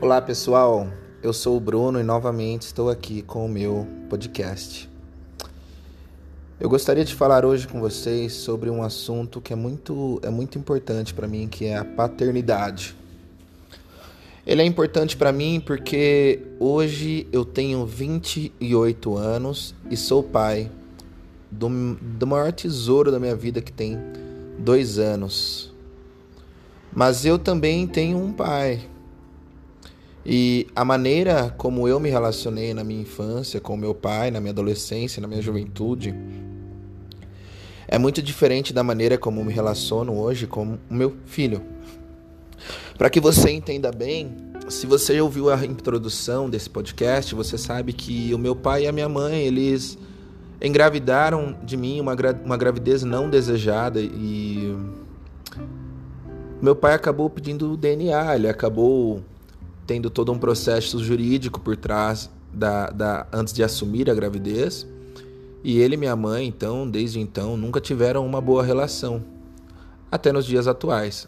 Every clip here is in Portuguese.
Olá pessoal, eu sou o Bruno e novamente estou aqui com o meu podcast. Eu gostaria de falar hoje com vocês sobre um assunto que é muito importante para mim, que é a paternidade. Ele é importante para mim porque hoje eu tenho 28 anos e sou pai do maior tesouro da minha vida, que tem 2 anos. Mas eu também tenho um pai. E a maneira como eu me relacionei na minha infância com meu pai, na minha adolescência, na minha juventude, é muito diferente da maneira como eu me relaciono hoje com o meu filho. Para que você entenda bem, se você ouviu a introdução desse podcast, você sabe que o meu pai e a minha mãe, eles engravidaram de mim uma gravidez não desejada e meu pai acabou pedindo o DNA, ele acabou tendo todo um processo jurídico por trás antes de assumir a gravidez. E ele e minha mãe, então, desde então, nunca tiveram uma boa relação, até nos dias atuais.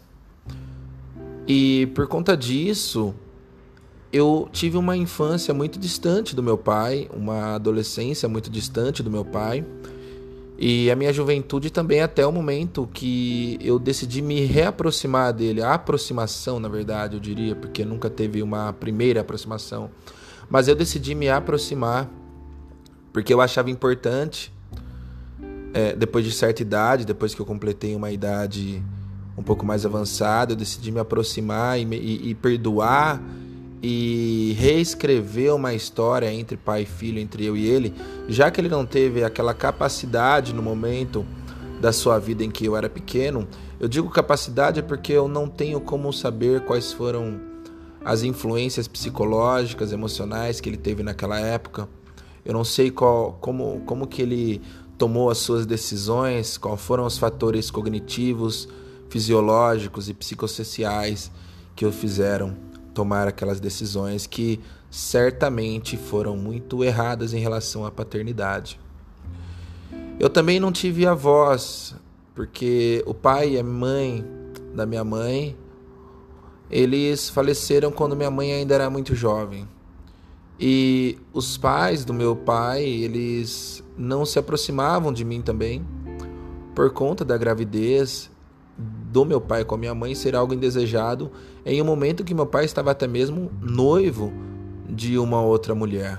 E por conta disso, eu tive uma infância muito distante do meu pai, uma adolescência muito distante do meu pai, e a minha juventude também até o momento que eu decidi me reaproximar dele, a aproximação, na verdade, eu diria, porque nunca teve uma primeira aproximação, mas eu decidi me aproximar porque eu achava importante, depois de certa idade, depois que eu completei uma idade um pouco mais avançada, eu decidi me aproximar e perdoar e reescrever uma história entre pai e filho, entre eu e ele, já que ele não teve aquela capacidade no momento da sua vida em que eu era pequeno. Eu digo capacidade porque eu não tenho como saber quais foram as influências psicológicas, emocionais que ele teve naquela época. Eu não sei como que ele tomou as suas decisões, quais foram os fatores cognitivos, fisiológicos e psicossociais que o fizeram tomar aquelas decisões que certamente foram muito erradas em relação à paternidade. Eu também não tive avós, porque o pai e a mãe da minha mãe, eles faleceram quando minha mãe ainda era muito jovem. E os pais do meu pai, eles não se aproximavam de mim também, por conta da gravidez do meu pai com a minha mãe ser algo indesejado, em um momento que meu pai estava até mesmo noivo de uma outra mulher.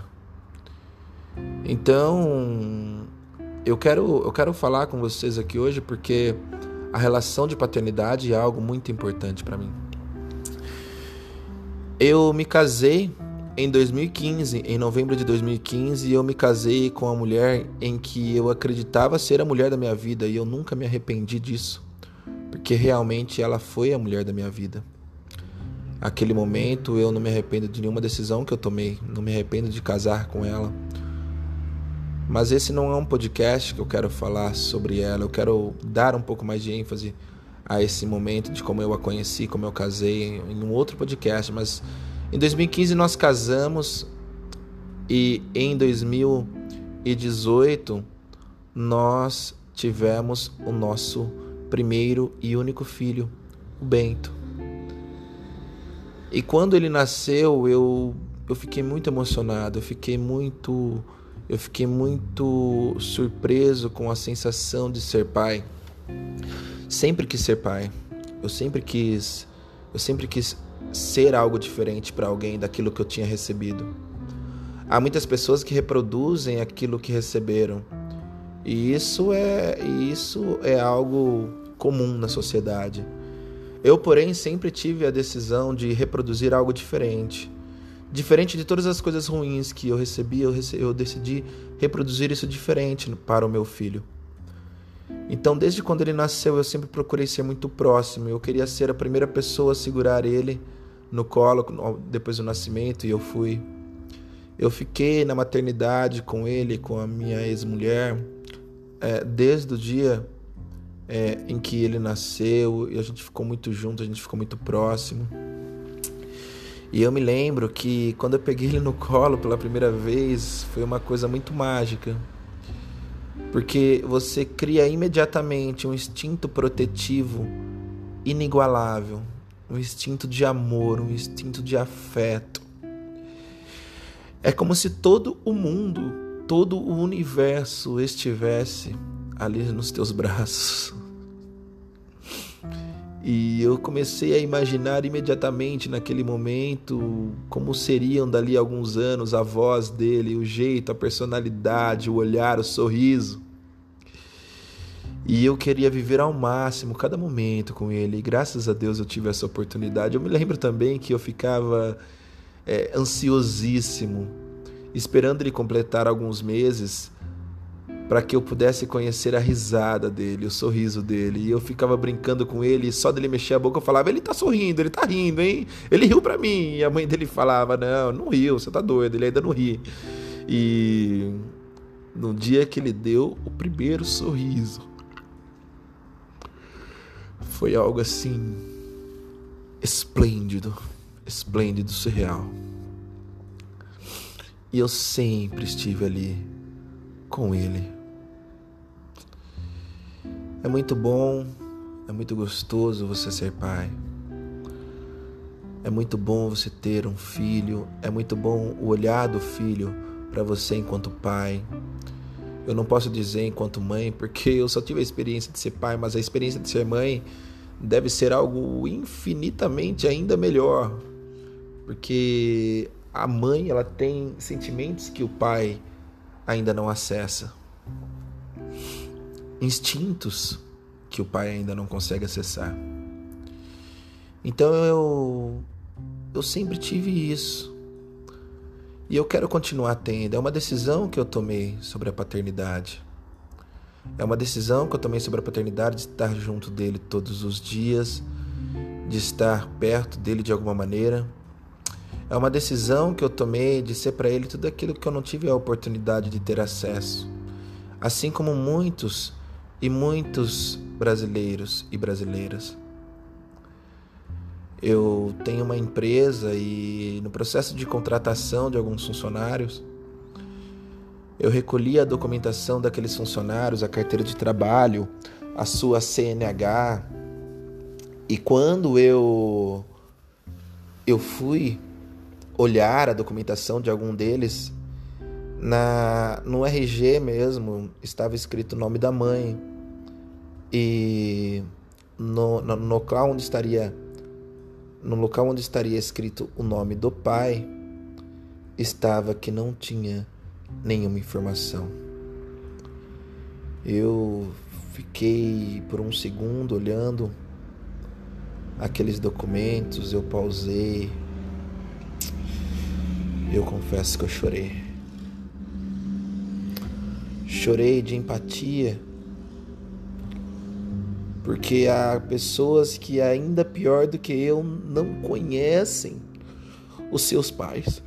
Então, eu quero falar com vocês aqui hoje porque a relação de paternidade é algo muito importante para mim. Eu me casei em 2015, em novembro de 2015, eu me casei com a mulher em que eu acreditava ser a mulher da minha vida e eu nunca me arrependi disso, porque realmente ela foi a mulher da minha vida. Aquele momento eu não me arrependo de nenhuma decisão que eu tomei, não me arrependo de casar com ela. Mas esse não é um podcast que eu quero falar sobre ela, eu quero dar um pouco mais de ênfase a esse momento de como eu a conheci, como eu casei, em um outro podcast. Mas em 2015 nós casamos e em 2018 nós tivemos o nosso primeiro e único filho, o Bento. E quando ele nasceu, eu fiquei muito emocionado, eu fiquei muito surpreso com a sensação de ser pai. Sempre quis ser pai. Eu sempre quis ser algo diferente para alguém daquilo que eu tinha recebido. Há muitas pessoas que reproduzem aquilo que receberam. E isso é algo comum na sociedade. Eu, porém, sempre tive a decisão de reproduzir algo diferente. Diferente de todas as coisas ruins que eu recebi, eu decidi reproduzir isso diferente para o meu filho. Então, desde quando ele nasceu, eu sempre procurei ser muito próximo. Eu queria ser a primeira pessoa a segurar ele no colo depois do nascimento, e eu fui. Eu fiquei na maternidade com ele, com a minha ex-mulher, desde o dia em que ele nasceu, e a gente ficou muito junto, a gente ficou muito próximo. E eu me lembro que quando eu peguei ele no colo pela primeira vez, foi uma coisa muito mágica, porque você cria imediatamente um instinto protetivo inigualável. um instinto de amor, um instinto de afeto. É como se todo o mundo, todo o universo estivesse ali nos teus braços. E eu comecei a imaginar imediatamente naquele momento como seriam dali a alguns anos a voz dele, o jeito, a personalidade, o olhar, o sorriso. E eu queria viver ao máximo cada momento com ele. E graças a Deus eu tive essa oportunidade. Eu me lembro também que eu ficava ansiosíssimo, esperando ele completar alguns meses para que eu pudesse conhecer a risada dele, o sorriso dele. E eu ficava brincando com ele, e só dele mexer a boca eu falava: ele tá sorrindo, ele tá rindo, hein? Ele riu pra mim. E a mãe dele falava: não riu, você tá doido, ele ainda não ri. E no dia que ele deu o primeiro sorriso, foi algo assim esplêndido, surreal. E eu sempre estive ali com ele. É muito bom, é muito gostoso você ser pai. É muito bom você ter um filho. É muito bom o olhar do filho para você enquanto pai. Eu não posso dizer enquanto mãe, porque eu só tive a experiência de ser pai, mas a experiência de ser mãe deve ser algo infinitamente ainda melhor. Porque a mãe, ela tem sentimentos que o pai ainda não acessa. Instintos que o pai ainda não consegue acessar. Então eu sempre tive isso. E eu quero continuar tendo. É uma decisão que eu tomei sobre a paternidade. É uma decisão que eu tomei sobre a paternidade, de estar junto dele todos os dias, de estar perto dele de alguma maneira. É uma decisão que eu tomei de ser para ele tudo aquilo que eu não tive a oportunidade de ter acesso. Assim como muitos e muitos brasileiros e brasileiras. Eu tenho uma empresa e no processo de contratação de alguns funcionários, eu recolhi a documentação daqueles funcionários, a carteira de trabalho, a sua CNH. E quando eu fui olhar a documentação de algum deles, no RG mesmo estava escrito o nome da mãe. E no local onde estaria escrito o nome do pai, estava que não tinha nenhuma informação. Eu fiquei por um segundo olhando aqueles documentos, eu pausei. Eu confesso que eu chorei. Chorei de empatia, porque há pessoas que ainda pior do que eu não conhecem os seus pais.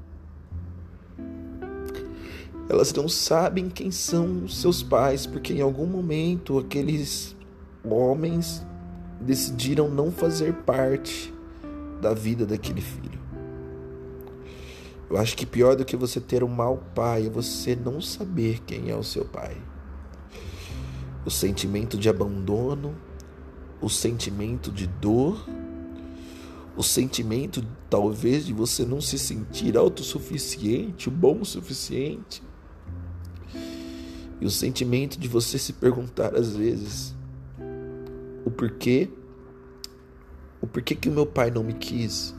Elas não sabem quem são os seus pais, porque em algum momento aqueles homens decidiram não fazer parte da vida daquele filho. Eu acho que pior do que você ter um mau pai é você não saber quem é o seu pai. O sentimento de abandono, o sentimento de dor, o sentimento talvez de você não se sentir autossuficiente, bom o suficiente. E o sentimento de você se perguntar às vezes o porquê que o meu pai não me quis.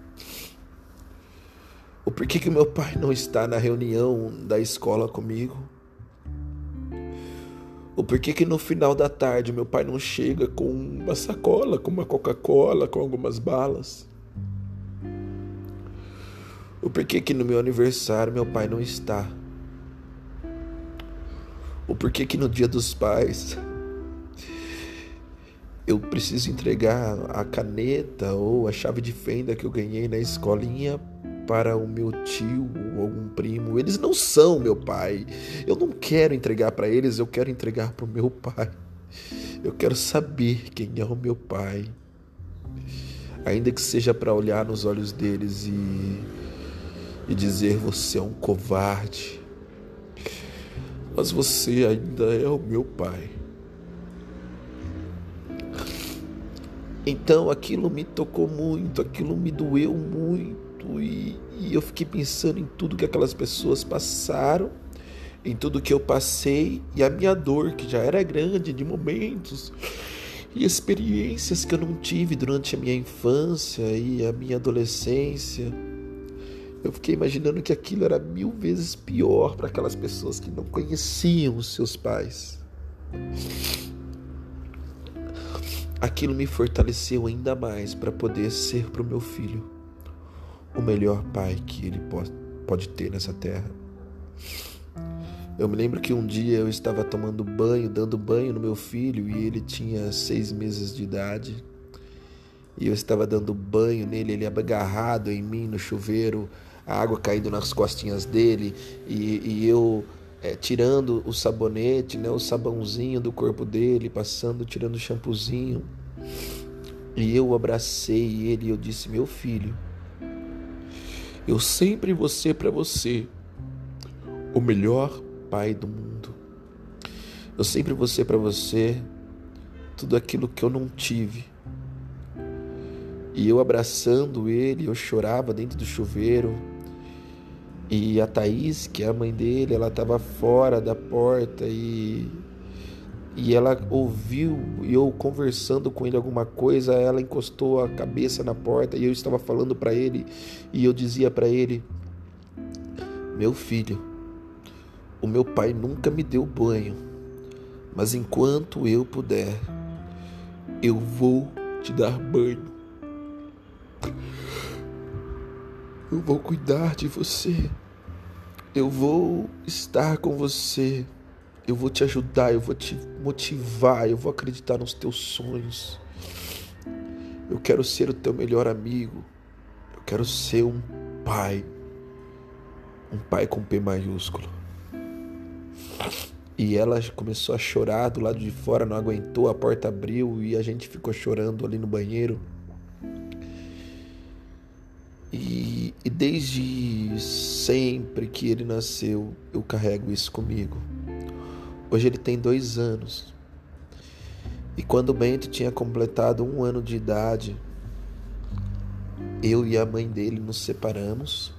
O porquê que o meu pai não está na reunião da escola comigo. O porquê que no final da tarde meu pai não chega com uma sacola, com uma Coca-Cola, com algumas balas. O porquê que no meu aniversário meu pai não está. O porquê que no dia dos pais eu preciso entregar a caneta ou a chave de fenda que eu ganhei na escolinha para o meu tio ou algum primo. Eles não são meu pai. Eu não quero entregar para eles, eu quero entregar para o meu pai. Eu quero saber quem é o meu pai. Ainda que seja para olhar nos olhos deles e dizer: você é um covarde. Mas você ainda é o meu pai. Então aquilo me tocou muito, aquilo me doeu muito e eu fiquei pensando em tudo que aquelas pessoas passaram, em tudo que eu passei e a minha dor, que já era grande, de momentos e experiências que eu não tive durante a minha infância e a minha adolescência. Eu fiquei imaginando que aquilo era 1000 vezes pior para aquelas pessoas que não conheciam os seus pais. Aquilo me fortaleceu ainda mais para poder ser para o meu filho o melhor pai que ele pode ter nessa terra. Eu me lembro que um dia eu estava tomando banho, dando banho no meu filho, e ele tinha 6 meses de idade. E eu estava dando banho nele, ele agarrado em mim no chuveiro, a água caindo nas costinhas dele, e eu tirando o sabonete, né, o sabãozinho do corpo dele, passando, tirando o shampoozinho. E eu abracei ele e eu disse: meu filho, eu sempre vou ser para você o melhor pai do mundo. Eu sempre vou ser para você tudo aquilo que eu não tive. E eu abraçando ele, eu chorava dentro do chuveiro. E a Thaís, que é a mãe dele, ela estava fora da porta e ela ouviu eu conversando com ele alguma coisa. Ela encostou a cabeça na porta e eu estava falando para ele e eu dizia para ele: meu filho, o meu pai nunca me deu banho, mas enquanto eu puder, eu vou te dar banho. Eu vou cuidar de você. Eu vou estar com você. Eu vou te ajudar, eu vou te motivar, eu vou acreditar nos teus sonhos. Eu quero ser o teu melhor amigo. Eu quero ser um pai com P maiúsculo. E ela começou a chorar do lado de fora, não aguentou, a porta abriu e a gente ficou chorando ali no banheiro. E desde sempre que ele nasceu, eu carrego isso comigo. Hoje ele tem 2 anos. E quando o Bento tinha completado 1 ano de idade, eu e a mãe dele nos separamos.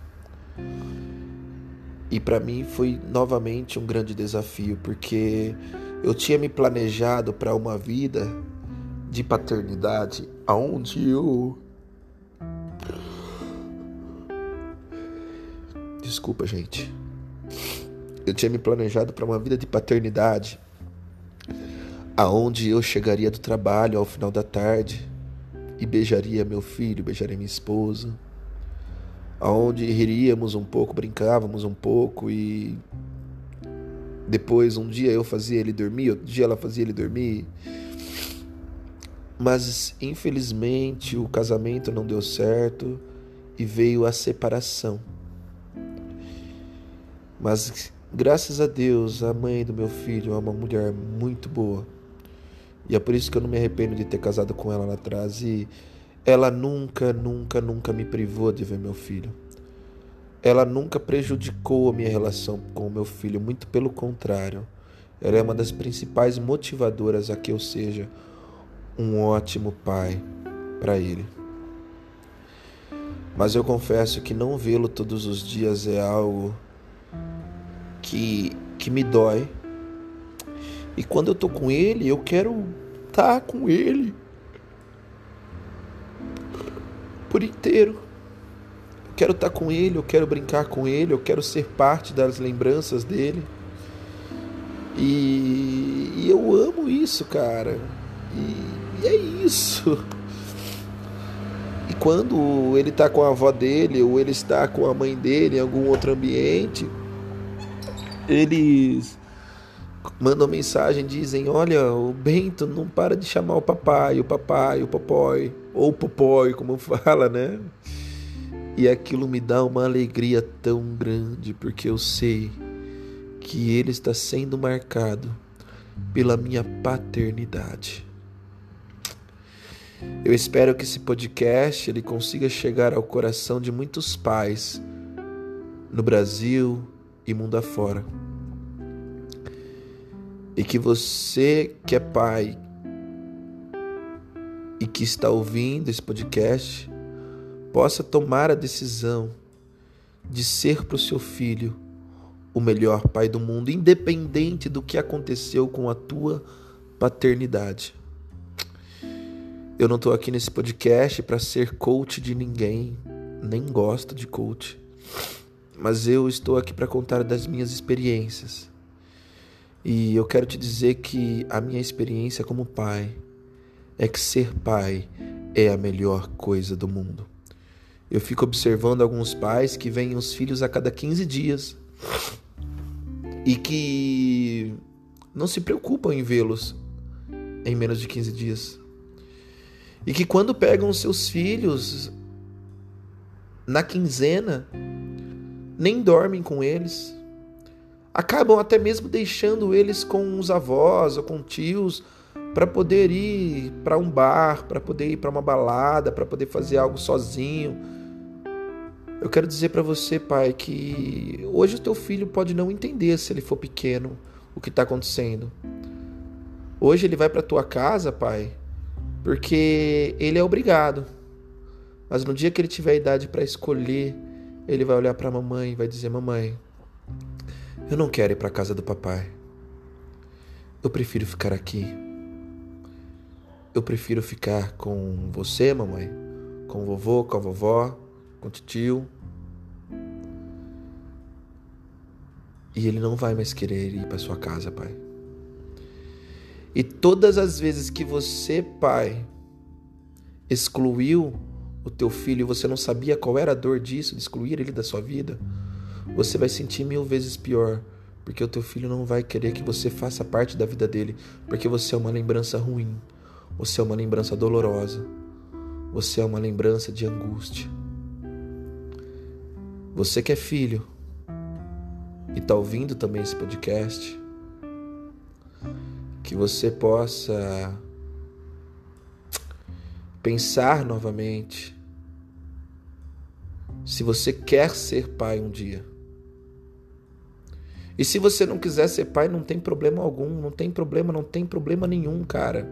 E para mim foi novamente um grande desafio, porque eu tinha me planejado para uma vida de paternidade, onde Desculpa, gente. Eu tinha me planejado para uma vida de paternidade, aonde eu chegaria do trabalho ao final da tarde e beijaria meu filho, beijaria minha esposa, aonde riríamos um pouco, brincávamos um pouco e depois um dia eu fazia ele dormir, outro dia ela fazia ele dormir. Mas infelizmente o casamento não deu certo e veio a separação. Mas graças a Deus, a mãe do meu filho é uma mulher muito boa. E é por isso que eu não me arrependo de ter casado com ela lá atrás. E ela nunca, nunca, nunca me privou de ver meu filho. Ela nunca prejudicou a minha relação com o meu filho, muito pelo contrário. Ela é uma das principais motivadoras a que eu seja um ótimo pai para ele. Mas eu confesso que não vê-lo todos os dias é algo que me dói. E quando eu tô com ele, eu quero estar com ele por inteiro. Eu quero estar com ele, eu quero brincar com ele, eu quero ser parte das lembranças dele. E eu amo isso, cara. E é isso. E quando ele tá com a avó dele ou ele está com a mãe dele em algum outro ambiente, eles mandam mensagem, dizem: olha, o Bento não para de chamar o papai, o popói, ou popói, como fala, né? E aquilo me dá uma alegria tão grande, porque eu sei que ele está sendo marcado pela minha paternidade. Eu espero que esse podcast ele consiga chegar ao coração de muitos pais no Brasil e mundo afora. E que você que é pai e que está ouvindo esse podcast possa tomar a decisão de ser para o seu filho o melhor pai do mundo, independente do que aconteceu com a tua paternidade. Eu não estou aqui nesse podcast para ser coach de ninguém, nem gosto de coach, mas eu estou aqui para contar das minhas experiências. E eu quero te dizer que a minha experiência como pai é que ser pai é a melhor coisa do mundo. Eu fico observando alguns pais que veem os filhos a cada 15 dias e que não se preocupam em vê-los em menos de 15 dias. E que quando pegam os seus filhos na quinzena, nem dormem com eles. Acabam até mesmo deixando eles com os avós ou com tios para poder ir para um bar, para poder ir para uma balada, para poder fazer algo sozinho. Eu quero dizer para você, pai, que hoje o teu filho pode não entender, se ele for pequeno, o que está acontecendo. Hoje ele vai para tua casa, pai, porque ele é obrigado. Mas no dia que ele tiver a idade para escolher, ele vai olhar para a mamãe e vai dizer: mamãe, eu não quero ir para a casa do papai. Eu prefiro ficar aqui. Eu prefiro ficar com você, mamãe, com o vovô, com a vovó, com o tio. E ele não vai mais querer ir para sua casa, pai. E todas as vezes que você, pai, excluiu o teu filho e você não sabia qual era a dor disso, de excluir ele da sua vida, você vai sentir 1000 vezes pior, porque o teu filho não vai querer que você faça parte da vida dele, porque você é uma lembrança ruim, você é uma lembrança dolorosa, você é uma lembrança de angústia. Você que é filho e está ouvindo também esse podcast, que você possa pensar novamente se você quer ser pai um dia. E se você não quiser ser pai, não tem problema algum, não tem problema nenhum, cara.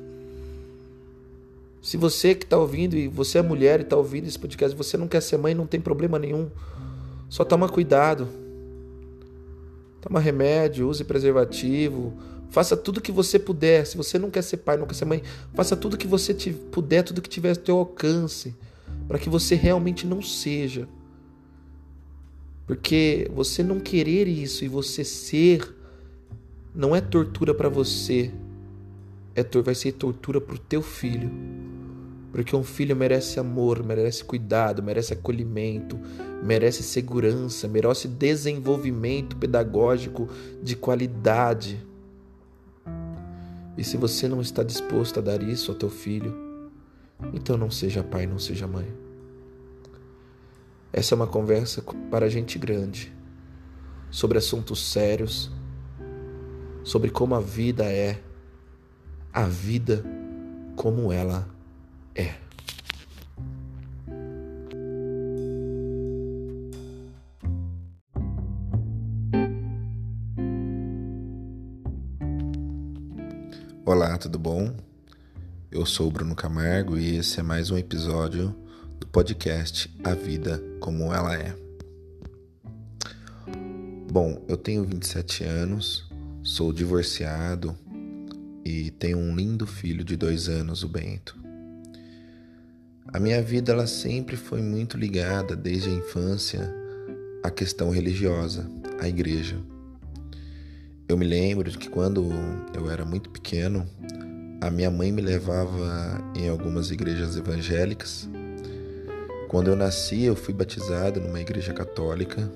Se você que está ouvindo, e você é mulher e está ouvindo esse podcast, você não quer ser mãe, não tem problema nenhum. Só toma cuidado. Toma remédio, use preservativo, faça tudo que você puder. Se você não quer ser pai, não quer ser mãe, faça tudo que você puder, tudo que tiver ao teu alcance, para que você realmente não seja. Porque você não querer isso e você ser, não é tortura para você, vai ser tortura para o teu filho. Porque um filho merece amor, merece cuidado, merece acolhimento, merece segurança, merece desenvolvimento pedagógico de qualidade. E se você não está disposto a dar isso ao teu filho, então não seja pai, não seja mãe. Essa é uma conversa para gente grande, sobre assuntos sérios, sobre como a vida é, a vida como ela é. Olá, tudo bom? Eu sou o Bruno Camargo e esse é mais um episódio do podcast A Vida Como Ela É. Bom, eu tenho 27 anos, sou divorciado e tenho um lindo filho de 2 anos, o Bento. A minha vida ela sempre foi muito ligada, desde a infância, à questão religiosa, à igreja. Eu me lembro de que quando eu era muito pequeno, a minha mãe me levava em algumas igrejas evangélicas. Quando eu nasci, eu fui batizado numa igreja católica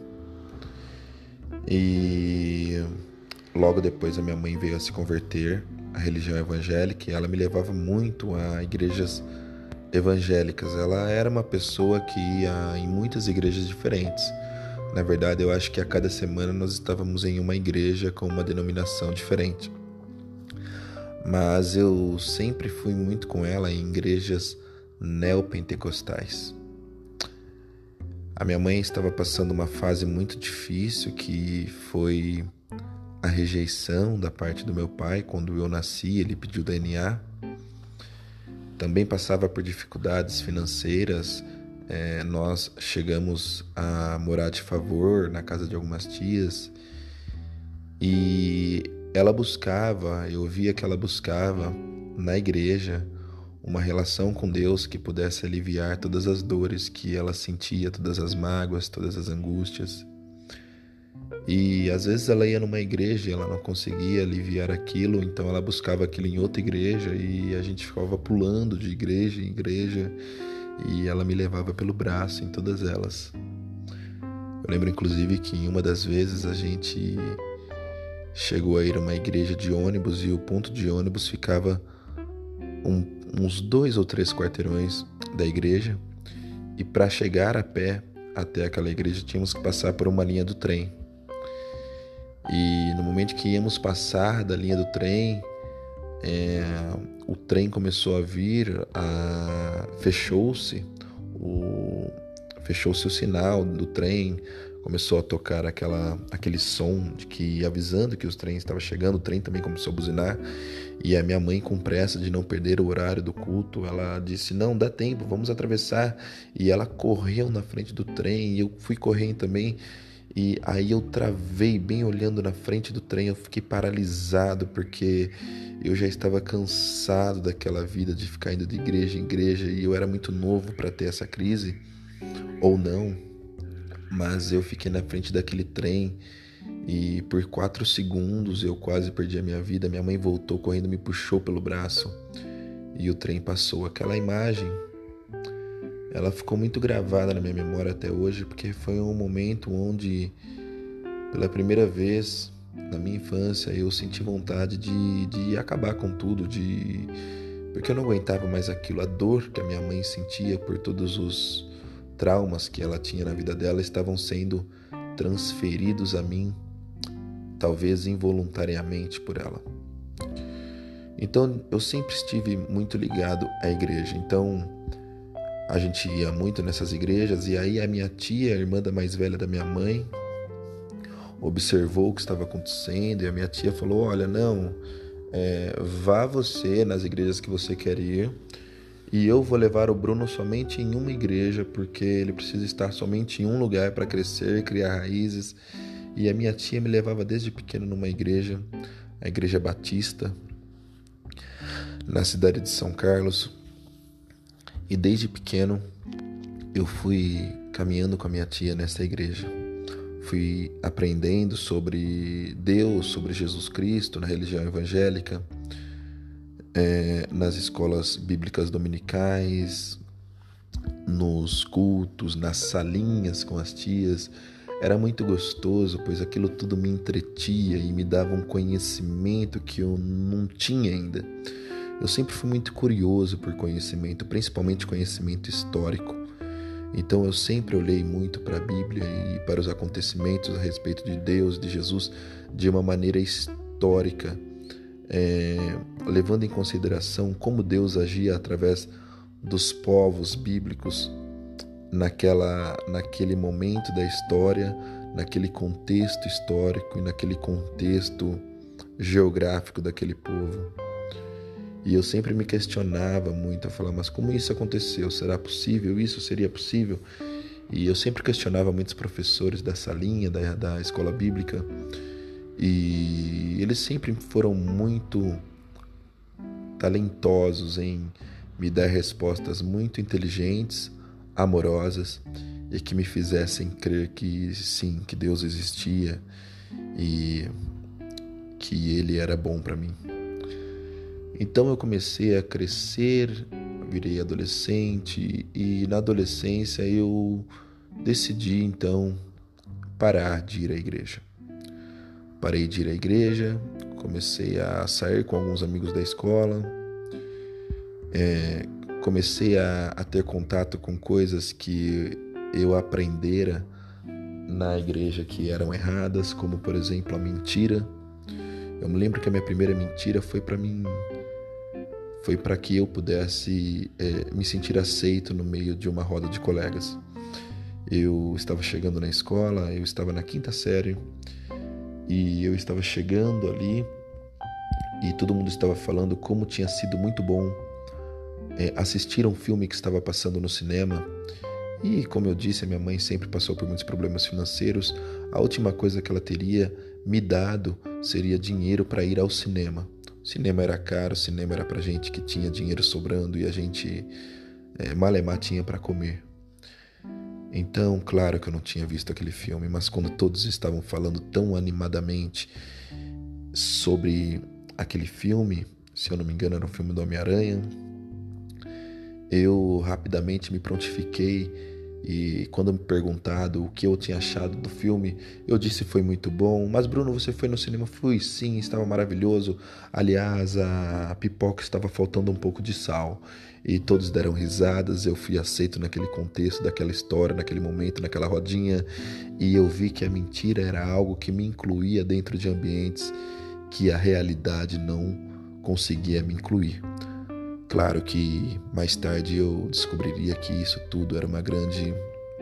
e logo depois a minha mãe veio a se converter à religião evangélica e ela me levava muito a igrejas evangélicas. Ela era uma pessoa que ia em muitas igrejas diferentes. Na verdade, eu acho que a cada semana nós estávamos em uma igreja com uma denominação diferente. Mas eu sempre fui muito com ela em igrejas neopentecostais. A minha mãe estava passando uma fase muito difícil, que foi a rejeição da parte do meu pai. Quando eu nasci, ele pediu DNA. também passava por dificuldades financeiras. Nós chegamos a morar de favor na casa de algumas tias e eu via que ela buscava na igreja uma relação com Deus que pudesse aliviar todas as dores que ela sentia, todas as mágoas, todas as angústias. E às vezes ela ia numa igreja e ela não conseguia aliviar aquilo, então ela buscava aquilo em outra igreja e a gente ficava pulando de igreja em igreja e ela me levava pelo braço em todas elas. Eu lembro inclusive que em uma das vezes a gente chegou a ir a uma igreja de ônibus e o ponto de ônibus ficava uns 2 ou 3 quarteirões da igreja, e para chegar a pé até aquela igreja tínhamos que passar por uma linha do trem. E no momento que íamos passar da linha do trem, o trem começou a vir, fechou-se o sinal do trem, começou a tocar aquele som de que avisando que os trens estavam chegando. O trem também começou a buzinar e a minha mãe, com pressa de não perder o horário do culto, ela disse: não, dá tempo, vamos atravessar. E ela correu na frente do trem e eu fui correndo também. E aí eu travei bem olhando na frente do trem. Eu fiquei paralisado porque eu já estava cansado daquela vida de ficar indo de igreja em igreja e eu era muito novo para ter essa crise, ou não. Mas eu fiquei na frente daquele trem e por 4 segundos eu quase perdi a minha vida. Minha mãe voltou correndo, me puxou pelo braço e o trem passou. Aquela imagem, ela ficou muito gravada na minha memória até hoje, porque foi um momento onde, pela primeira vez na minha infância, eu senti vontade de acabar com tudo, porque eu não aguentava mais aquilo. A dor que a minha mãe sentia por todos os traumas que ela tinha na vida dela estavam sendo transferidos a mim, talvez involuntariamente por ela. Então eu sempre estive muito ligado à igreja. Então a gente ia muito nessas igrejas e aí a minha tia, a irmã da mais velha da minha mãe, observou o que estava acontecendo e a minha tia falou: olha, não, vá você nas igrejas que você quer ir e eu vou levar o Bruno somente em uma igreja, porque ele precisa estar somente em um lugar para crescer, criar raízes. E a minha tia me levava desde pequeno numa igreja, a Igreja Batista, na cidade de São Carlos. E desde pequeno eu fui caminhando com a minha tia nessa igreja. Fui aprendendo sobre Deus, sobre Jesus Cristo, na religião evangélica, nas escolas bíblicas dominicais, nos cultos, nas salinhas com as tias. Era muito gostoso, pois aquilo tudo me entretia e me dava um conhecimento que eu não tinha ainda. Eu sempre fui muito curioso por conhecimento, principalmente conhecimento histórico. Então eu sempre olhei muito para a Bíblia e para os acontecimentos a respeito de Deus, de Jesus, de uma maneira histórica, levando em consideração como Deus agia através dos povos bíblicos naquele momento da história, naquele contexto histórico e naquele contexto geográfico daquele povo. E eu sempre me questionava muito, a falar: mas como isso aconteceu? Será possível isso? Seria possível? E eu sempre questionava muitos professores dessa linha, da escola bíblica, e eles sempre foram muito talentosos em me dar respostas muito inteligentes, amorosas, e que me fizessem crer que sim, que Deus existia e que Ele era bom para mim. Então eu comecei a crescer, virei adolescente e na adolescência eu decidi então parar de ir à igreja. Parei de ir à igreja, comecei a sair com alguns amigos da escola, comecei a ter contato com coisas que eu aprendera na igreja que eram erradas, como por exemplo a mentira. Eu me lembro que a minha primeira mentira foi para que eu pudesse me sentir aceito no meio de uma roda de colegas. Eu estava chegando na escola, eu estava na 5ª série e eu estava chegando ali e todo mundo estava falando como tinha sido muito bom assistir a um filme que estava passando no cinema. E, como eu disse, a minha mãe sempre passou por muitos problemas financeiros. A última coisa que ela teria me dado seria dinheiro para ir ao cinema. O cinema era caro, o cinema era para gente que tinha dinheiro sobrando e a gente malemar tinha para comer. Então, claro que eu não tinha visto aquele filme, mas quando todos estavam falando tão animadamente sobre aquele filme, se eu não me engano era um filme do Homem-Aranha, eu rapidamente me prontifiquei e quando me perguntado o que eu tinha achado do filme, eu disse foi muito bom. Mas Bruno, você foi no cinema? Fui sim, estava maravilhoso. Aliás, a pipoca estava faltando um pouco de sal. E todos deram risadas, eu fui aceito naquele contexto, daquela história, naquele momento, naquela rodinha. E eu vi que a mentira era algo que me incluía dentro de ambientes que a realidade não conseguia me incluir. Claro que mais tarde eu descobriria que isso tudo era uma grande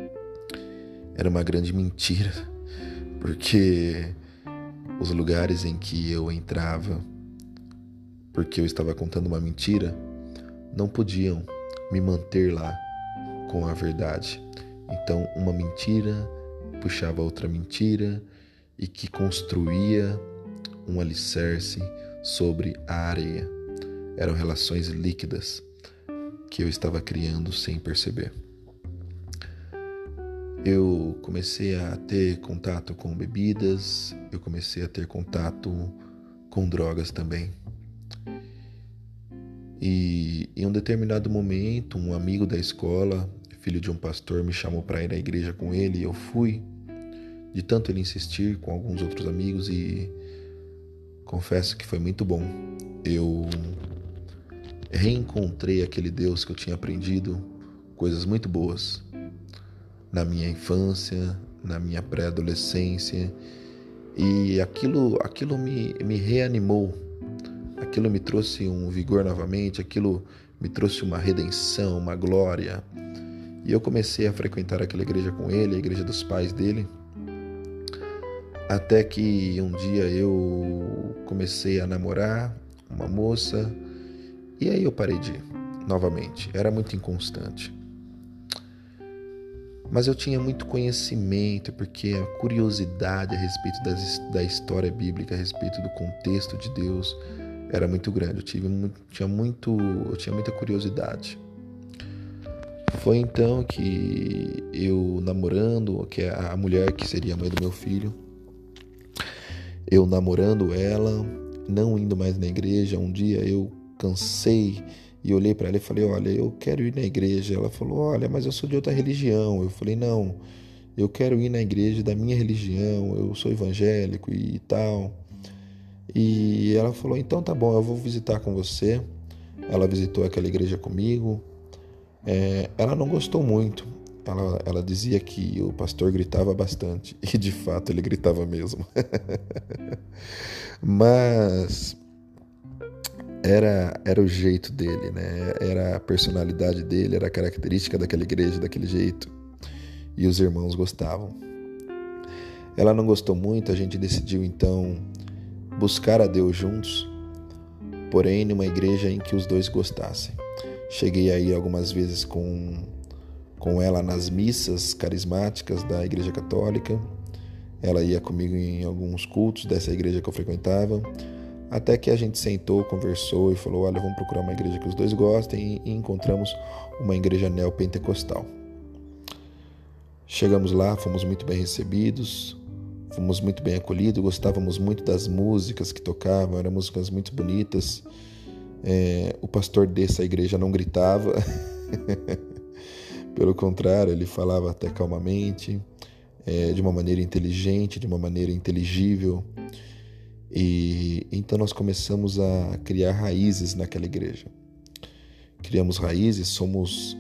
mentira, porque os lugares em que eu entrava, porque eu estava contando uma mentira, não podiam me manter lá com a verdade. Então, uma mentira puxava outra mentira e que construía um alicerce sobre a areia. Eram relações líquidas que eu estava criando sem perceber. Eu comecei a ter contato com bebidas, eu comecei a ter contato com drogas também. E em um determinado momento, um amigo da escola, filho de um pastor, me chamou para ir à igreja com ele e eu fui. De tanto ele insistir com alguns outros amigos e confesso que foi muito bom. Eu reencontrei aquele Deus que eu tinha aprendido coisas muito boas na minha infância, na minha pré-adolescência, e aquilo me reanimou, aquilo me trouxe um vigor novamente, aquilo me trouxe uma redenção, uma glória, e eu comecei a frequentar aquela igreja com ele, a igreja dos pais dele, até que um dia eu comecei a namorar uma moça. E aí eu parei de ir, novamente. Era muito inconstante. Mas eu tinha muito conhecimento, porque a curiosidade a respeito da história bíblica, a respeito do contexto de Deus, era muito grande. Eu tinha muita curiosidade. Foi então que eu namorando, que é a mulher que seria a mãe do meu filho, eu namorando ela, não indo mais na igreja, um dia eu cansei e olhei para ela e falei, olha, eu quero ir na igreja. Ela falou, olha, mas eu sou de outra religião. Eu falei, não, eu quero ir na igreja da minha religião, eu sou evangélico e tal. E ela falou, então tá bom, eu vou visitar com você. Ela visitou aquela igreja comigo. Ela não gostou muito. Ela dizia que o pastor gritava bastante. E de fato ele gritava mesmo. Mas era o jeito dele, né? Era a personalidade dele, era a característica daquela igreja, daquele jeito. E os irmãos gostavam. Ela não gostou muito, a gente decidiu então buscar a Deus juntos, porém numa igreja em que os dois gostassem. Cheguei a ir algumas vezes com ela nas missas carismáticas da Igreja Católica. Ela ia comigo em alguns cultos dessa igreja que eu frequentava. Até que a gente sentou, conversou e falou, olha, vamos procurar uma igreja que os dois gostem, e encontramos uma igreja neopentecostal. Chegamos lá, fomos muito bem recebidos, fomos muito bem acolhidos, gostávamos muito das músicas que tocavam, eram músicas muito bonitas. O pastor dessa igreja não gritava, pelo contrário, ele falava até calmamente, de uma maneira inteligente, de uma maneira inteligível. E então nós começamos a criar raízes naquela igreja. Criamos raízes, fomos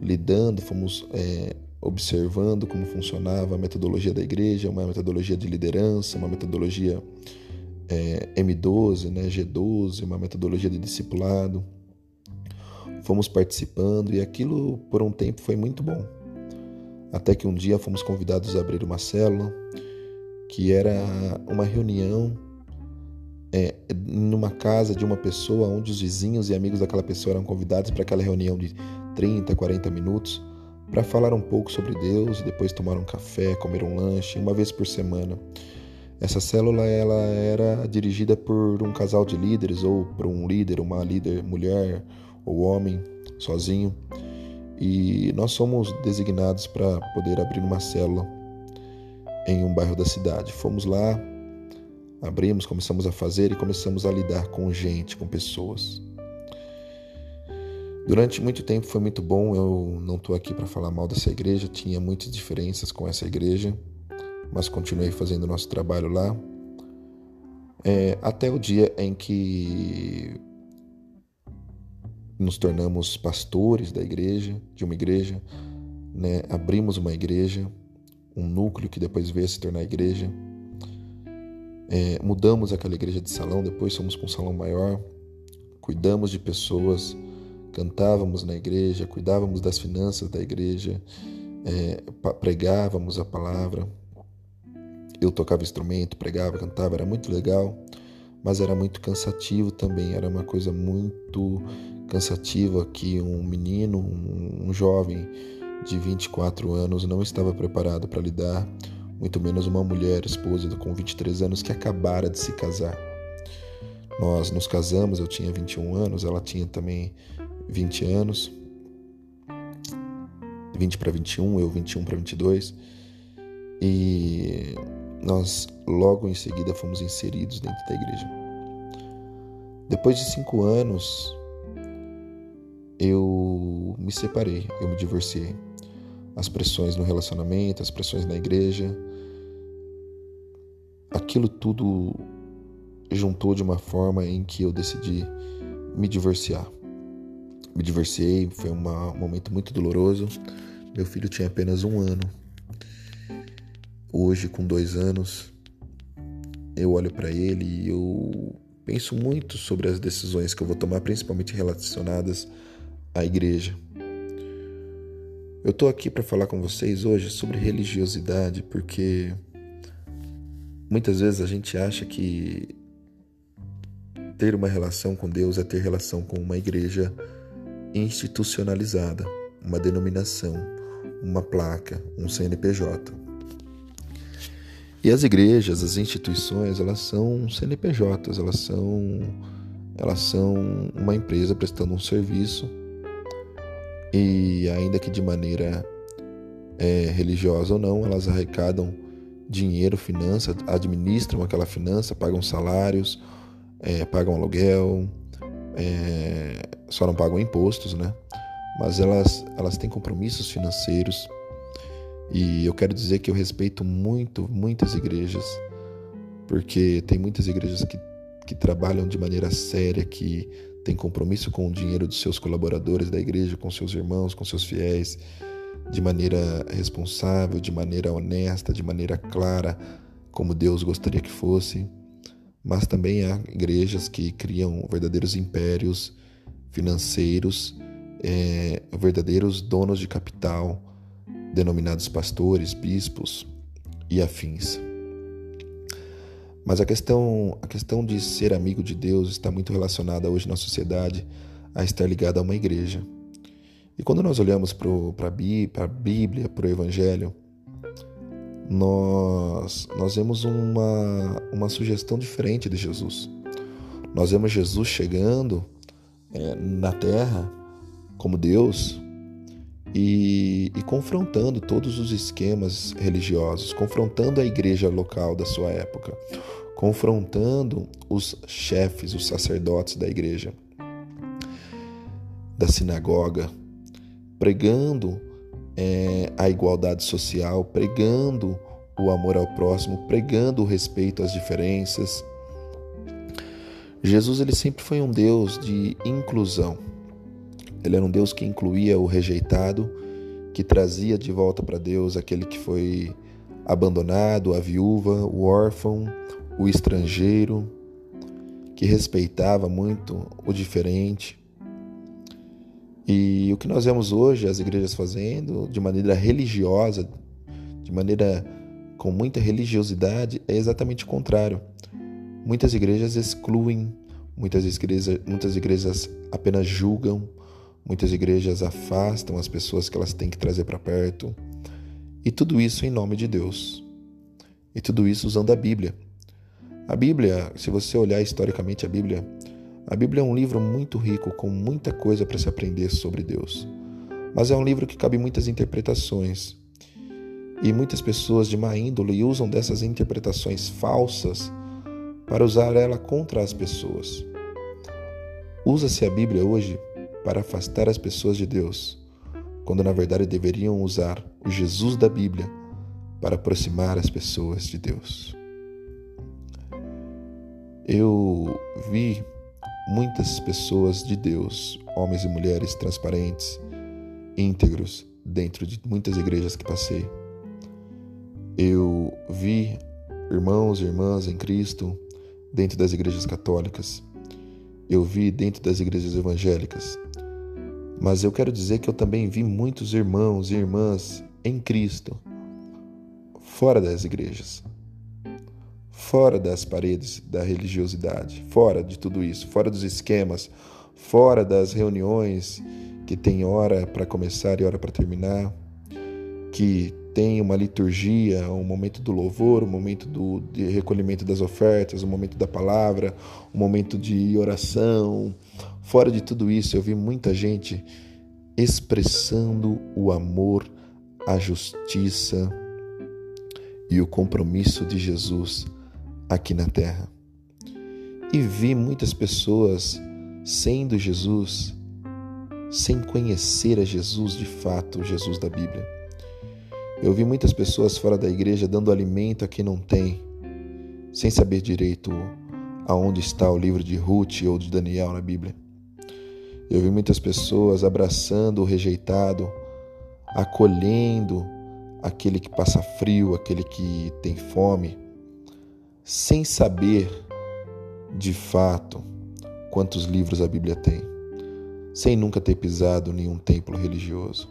observando como funcionava a metodologia da igreja, uma metodologia de liderança, uma metodologia M12, né, G12, uma metodologia de discipulado. Fomos participando e aquilo por um tempo foi muito bom. Até que um dia fomos convidados a abrir uma célula, que era uma reunião numa casa de uma pessoa onde os vizinhos e amigos daquela pessoa eram convidados para aquela reunião de 30, 40 minutos para falar um pouco sobre Deus, depois tomar um café, comer um lanche, uma vez por semana. Essa célula ela era dirigida por um casal de líderes ou por um líder, uma líder mulher ou homem, sozinho. E nós somos designados para poder abrir uma célula em um bairro da cidade. Fomos lá, abrimos, começamos a fazer e começamos a lidar com gente, com pessoas. Durante muito tempo foi muito bom. Eu não estou aqui para falar mal dessa igreja, tinha muitas diferenças com essa igreja, mas continuei fazendo o nosso trabalho lá, até o dia em que nos tornamos pastores da igreja, de uma igreja, né? Abrimos uma igreja, um núcleo que depois veio a se tornar igreja, mudamos aquela igreja de salão, depois fomos para um salão maior, cuidamos de pessoas, cantávamos na igreja, cuidávamos das finanças da igreja, pregávamos a palavra. Eu tocava instrumento, pregava, cantava, era muito legal, mas era muito cansativo também, era uma coisa muito cansativa que um menino, um jovem de 24 anos não estava preparado para lidar, muito menos uma mulher, esposa com 23 anos que acabara de se casar. Nós nos casamos, eu tinha 21 anos, ela tinha também 20 anos, 20 para 21, eu 21 para 22, e nós logo em seguida fomos inseridos dentro da igreja. Depois de 5 anos, eu me separei, eu me divorciei. As pressões no relacionamento, as pressões na igreja, aquilo tudo juntou de uma forma em que eu decidi me divorciar. Me divorciei, foi um momento muito doloroso. Meu filho tinha apenas 1 ano. Hoje, com 2 anos, eu olho para ele e eu penso muito sobre as decisões que eu vou tomar, principalmente relacionadas à igreja. Eu estou aqui para falar com vocês hoje sobre religiosidade, porque muitas vezes a gente acha que ter uma relação com Deus é ter relação com uma igreja institucionalizada, uma denominação, uma placa, um CNPJ. E as igrejas, as instituições, elas são CNPJs, elas são uma empresa prestando um serviço, e ainda que de maneira religiosa ou não, elas arrecadam dinheiro, finança, administram aquela finança, pagam salários, pagam aluguel, só não pagam impostos, né? Mas elas têm compromissos financeiros. E eu quero dizer que eu respeito muitas igrejas, porque tem muitas igrejas que trabalham de maneira séria, que têm compromisso com o dinheiro dos seus colaboradores da igreja, com seus irmãos, com seus fiéis, de maneira responsável, de maneira honesta, de maneira clara, como Deus gostaria que fosse. Mas também há igrejas que criam verdadeiros impérios financeiros, verdadeiros donos de capital, denominados pastores, bispos e afins. Mas a questão de ser amigo de Deus está muito relacionada hoje na sociedade a estar ligado a uma igreja. E quando nós olhamos para a Bíblia, para o Evangelho, nós vemos uma sugestão diferente de Jesus. Nós vemos Jesus chegando na terra como Deus, e confrontando todos os esquemas religiosos, confrontando a igreja local da sua época, confrontando os chefes, os sacerdotes da igreja, da sinagoga, pregando a igualdade social, pregando o amor ao próximo, pregando o respeito às diferenças. Jesus, ele sempre foi um Deus de inclusão. Ele era um Deus que incluía o rejeitado, que trazia de volta para Deus aquele que foi abandonado, a viúva, o órfão, o estrangeiro, que respeitava muito o diferente. E o que nós vemos hoje as igrejas fazendo de maneira religiosa, de maneira com muita religiosidade, é exatamente o contrário. Muitas igrejas excluem, muitas igrejas apenas julgam, muitas igrejas afastam as pessoas que elas têm que trazer para perto. E tudo isso em nome de Deus. E tudo isso usando a Bíblia. A Bíblia, se você olhar historicamente a Bíblia é um livro muito rico, com muita coisa para se aprender sobre Deus. Mas é um livro que cabe muitas interpretações. E muitas pessoas de má índole usam dessas interpretações falsas para usar ela contra as pessoas. Usa-se a Bíblia hoje para afastar as pessoas de Deus, quando na verdade deveriam usar o Jesus da Bíblia para aproximar as pessoas de Deus. Eu vi muitas pessoas de Deus, homens e mulheres transparentes, íntegros, dentro de muitas igrejas que passei. Eu vi irmãos e irmãs em Cristo dentro das igrejas católicas. Eu vi dentro das igrejas evangélicas. Mas eu quero dizer que eu também vi muitos irmãos e irmãs em Cristo fora das igrejas, fora das paredes da religiosidade, fora de tudo isso, fora dos esquemas, fora das reuniões que tem hora para começar e hora para terminar, que tem uma liturgia, um momento do louvor, um momento de recolhimento das ofertas, um momento da palavra, um momento de oração. Fora de tudo isso, eu vi muita gente expressando o amor, a justiça e o compromisso de Jesus aqui na terra. E vi muitas pessoas sendo Jesus sem conhecer a Jesus de fato, o Jesus da Bíblia. Eu vi muitas pessoas fora da igreja dando alimento a quem não tem, sem saber direito aonde está o livro de Ruth ou de Daniel na Bíblia. Eu vi muitas pessoas abraçando o rejeitado, acolhendo aquele que passa frio, aquele que tem fome, sem saber de fato quantos livros a Bíblia tem, sem nunca ter pisado em nenhum templo religioso.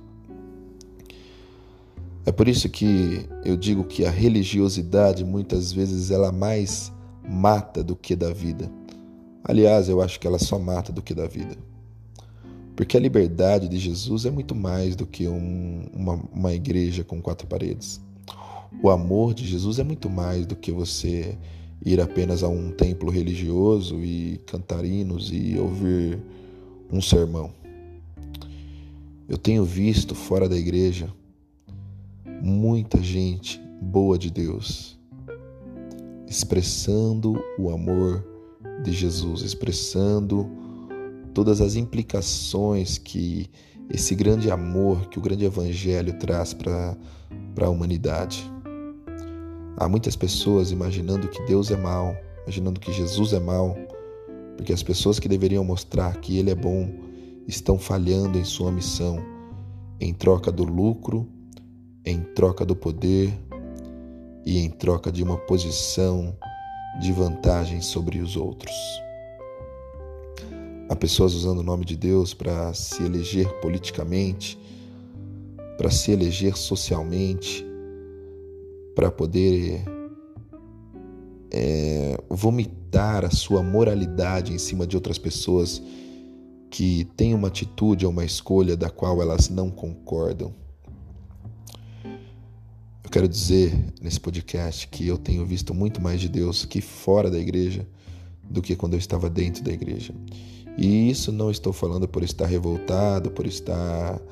É por isso que eu digo que a religiosidade muitas vezes ela mais mata do que dá vida. Aliás, eu acho que ela só mata do que dá vida. Porque a liberdade de Jesus é muito mais do que uma igreja com 4 paredes. O amor de Jesus é muito mais do que você ir apenas a um templo religioso e cantar hinos e ouvir um sermão. Eu tenho visto fora da igreja muita gente boa de Deus expressando o amor de Jesus, expressando todas as implicações que esse grande amor, que o grande evangelho traz para a humanidade. Há muitas pessoas imaginando que Deus é mau, imaginando que Jesus é mau, porque as pessoas que deveriam mostrar que Ele é bom estão falhando em sua missão, em troca do lucro, em troca do poder e em troca de uma posição de vantagem sobre os outros. Há pessoas usando o nome de Deus para se eleger politicamente, para se eleger socialmente, para poder vomitar a sua moralidade em cima de outras pessoas que têm uma atitude ou uma escolha da qual elas não concordam. Eu quero dizer nesse podcast que eu tenho visto muito mais de Deus aqui fora da igreja do que quando eu estava dentro da igreja. E isso não estou falando por estar revoltado, por estar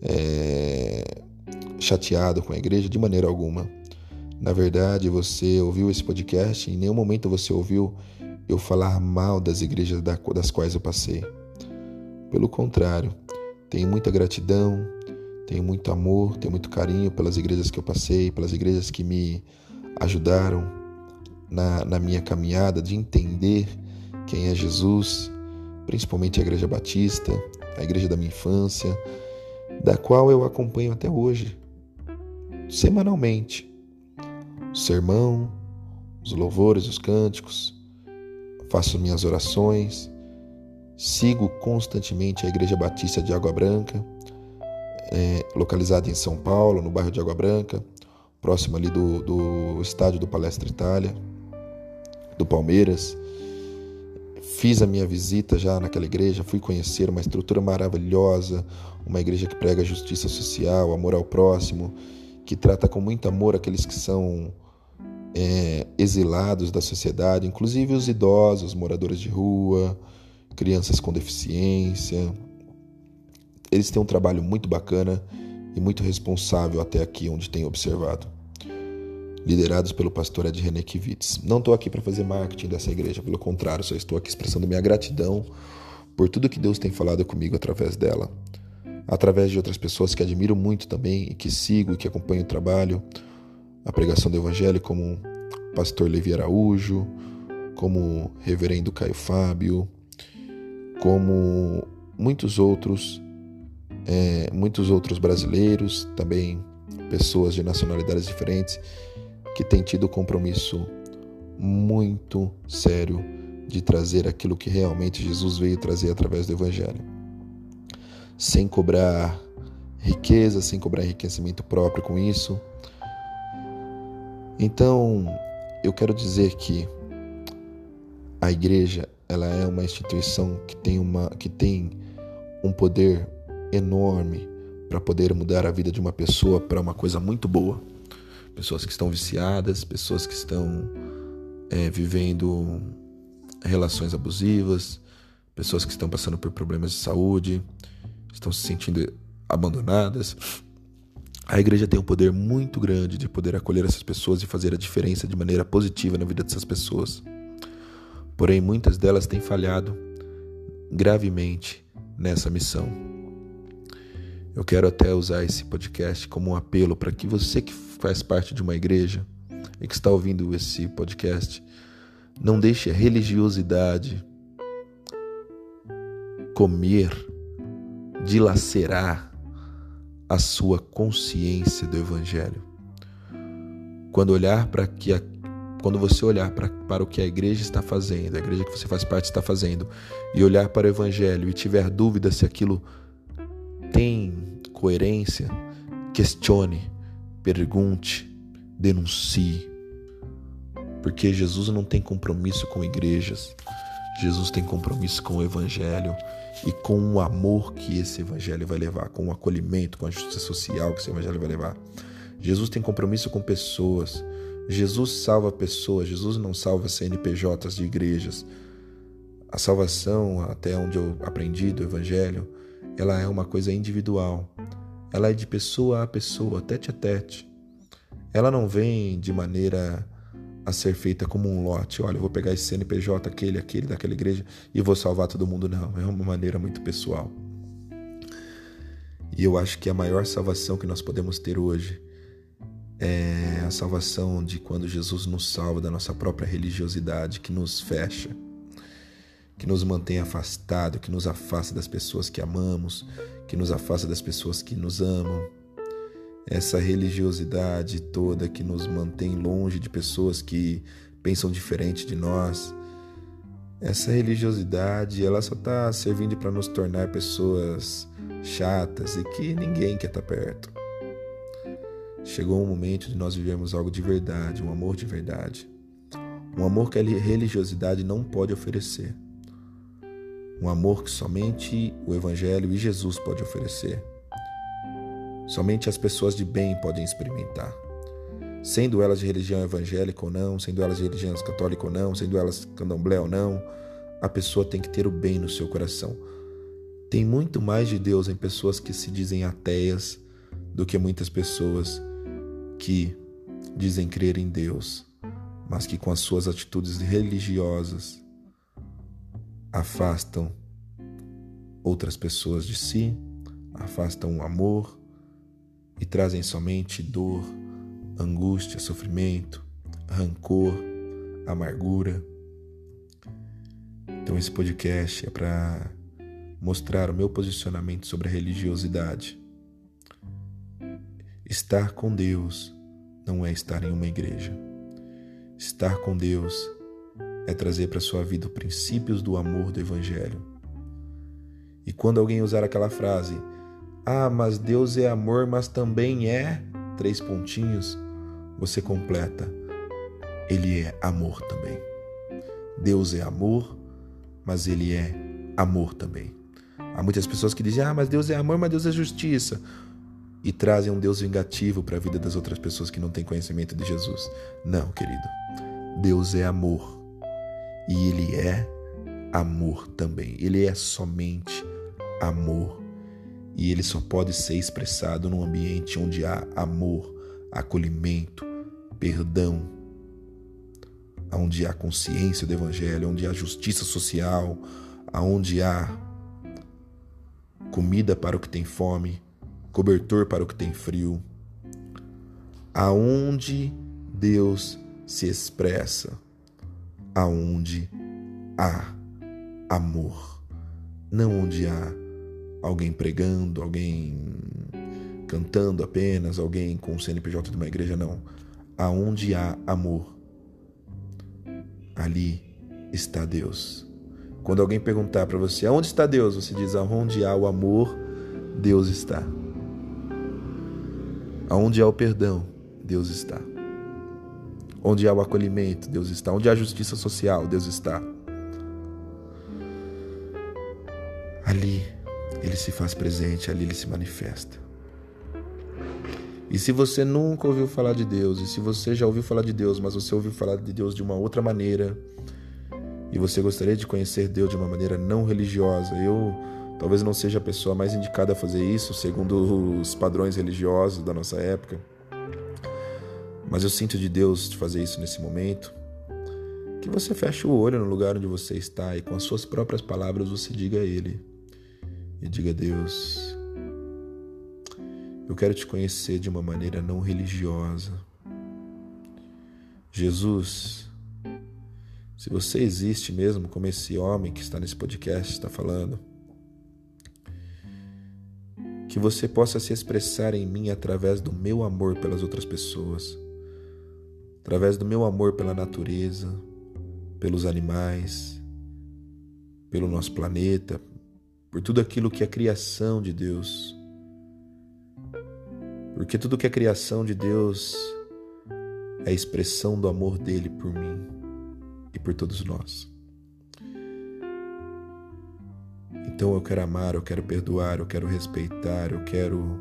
chateado com a igreja, de maneira alguma. Na verdade, você ouviu esse podcast e em nenhum momento você ouviu eu falar mal das igrejas das quais eu passei. Pelo contrário, tenho muita gratidão, tenho muito amor, tenho muito carinho pelas igrejas que eu passei, pelas igrejas que me ajudaram na minha caminhada de entender quem é Jesus, principalmente a Igreja Batista, a igreja da minha infância, da qual eu acompanho até hoje, semanalmente. O sermão, os louvores, os cânticos, faço minhas orações, sigo constantemente a Igreja Batista de Água Branca, localizada em São Paulo, no bairro de Água Branca, próximo ali do estádio do Palestra Itália, do Palmeiras. Fiz a minha visita já naquela igreja, fui conhecer uma estrutura maravilhosa, uma igreja que prega justiça social, amor ao próximo, que trata com muito amor aqueles que são exilados da sociedade, inclusive os idosos, moradores de rua, crianças com deficiência. Eles têm um trabalho muito bacana e muito responsável até aqui, onde tenho observado. Liderados pelo pastor Ed René Kivitz. Não estou aqui para fazer marketing dessa igreja, pelo contrário, só estou aqui expressando minha gratidão por tudo que Deus tem falado comigo através dela. Através de outras pessoas que admiro muito também e que sigo e que acompanho o trabalho, a pregação do Evangelho, como o pastor Levi Araújo, como o reverendo Caio Fábio, como muitos outros brasileiros, também pessoas de nacionalidades diferentes, que têm tido compromisso muito sério de trazer aquilo que realmente Jesus veio trazer através do Evangelho. Sem cobrar riqueza, sem cobrar enriquecimento próprio com isso. Então, eu quero dizer que a igreja, ela é uma instituição que tem um poder enorme para poder mudar a vida de uma pessoa para uma coisa muito boa. Pessoas que estão viciadas, pessoas que estão vivendo relações abusivas, pessoas que estão passando por problemas de saúde, estão se sentindo abandonadas. A igreja tem um poder muito grande de poder acolher essas pessoas e fazer a diferença de maneira positiva na vida dessas pessoas. Porém, muitas delas têm falhado gravemente nessa missão. Eu quero até usar esse podcast como um apelo para que você que faz parte de uma igreja e que está ouvindo esse podcast, não deixe a religiosidade comer, dilacerar a sua consciência do Evangelho. Quando você olhar para o que a igreja está fazendo, a igreja que você faz parte está fazendo, e olhar para o Evangelho e tiver dúvida se aquilo tem coerência, questione, pergunte, denuncie. Porque Jesus não tem compromisso com igrejas. Jesus tem compromisso com o Evangelho e com o amor que esse Evangelho vai levar, com o acolhimento, com a justiça social que esse Evangelho vai levar. Jesus tem compromisso com pessoas. Jesus salva pessoas. Jesus não salva CNPJs de igrejas. A salvação, até onde eu aprendi do Evangelho, ela é uma coisa individual. Ela é de pessoa a pessoa, tete a tete. Ela não vem de maneira a ser feita como um lote. Olha, eu vou pegar esse CNPJ, aquele daquela igreja e vou salvar todo mundo. Não, é uma maneira muito pessoal. E eu acho que a maior salvação que nós podemos ter hoje é a salvação de quando Jesus nos salva da nossa própria religiosidade, que nos fecha, que nos mantém afastado, que nos afasta das pessoas que amamos, que nos afasta das pessoas que nos amam. Essa religiosidade toda que nos mantém longe de pessoas que pensam diferente de nós. Essa religiosidade, ela só está servindo para nos tornar pessoas chatas e que ninguém quer estar perto. Chegou um momento de nós vivermos algo de verdade, um amor de verdade. Um amor que a religiosidade não pode oferecer. Um amor que somente o Evangelho e Jesus pode oferecer. Somente as pessoas de bem podem experimentar. Sendo elas de religião evangélica ou não, sendo elas de religião católica ou não, sendo elas candomblé ou não, a pessoa tem que ter o bem no seu coração. Tem muito mais de Deus em pessoas que se dizem ateias do que muitas pessoas que dizem crer em Deus, mas que com as suas atitudes religiosas afastam outras pessoas de si, afastam o amor e trazem somente dor, angústia, sofrimento, rancor, amargura. Então esse podcast é para mostrar o meu posicionamento sobre a religiosidade. Estar com Deus não é estar em uma igreja. Estar com Deus é trazer para a sua vida os princípios do amor do Evangelho. E quando alguém usar aquela frase, mas Deus é amor, mas também é... você completa, Ele é amor também. Deus é amor, mas Ele é amor também. Há muitas pessoas que dizem, mas Deus é amor, mas Deus é justiça. E trazem um Deus vingativo para a vida das outras pessoas que não têm conhecimento de Jesus. Não, querido. Deus é amor. E Ele é amor também. Ele é somente amor. E Ele só pode ser expressado num ambiente onde há amor, acolhimento, perdão, onde há consciência do Evangelho, onde há justiça social, onde há comida para o que tem fome, cobertor para o que tem frio, aonde Deus se expressa, aonde há amor, não onde há alguém pregando, alguém cantando apenas, alguém com o CNPJ de uma igreja, não. Aonde há amor, ali está Deus. Quando alguém perguntar para você, aonde está Deus? Você diz, aonde há o amor, Deus está. Aonde há o perdão, Deus está. Onde há o acolhimento, Deus está. Onde há a justiça social, Deus está. Ali Ele se faz presente, ali Ele se manifesta. E se você nunca ouviu falar de Deus, e se você já ouviu falar de Deus, mas você ouviu falar de Deus de uma outra maneira, e você gostaria de conhecer Deus de uma maneira não religiosa, eu talvez não seja a pessoa mais indicada a fazer isso, segundo os padrões religiosos da nossa época, mas eu sinto de Deus de fazer isso nesse momento, que você feche o olho no lugar onde você está e com as suas próprias palavras você diga a Ele, e diga, Deus, eu quero te conhecer de uma maneira não religiosa. Jesus, se você existe mesmo, como esse homem que está nesse podcast está falando, que você possa se expressar em mim através do meu amor pelas outras pessoas, através do meu amor pela natureza, pelos animais, pelo nosso planeta, por tudo aquilo que é criação de Deus. Porque tudo que é criação de Deus é a expressão do amor dele por mim e por todos nós. Então eu quero amar, eu quero perdoar, eu quero respeitar, eu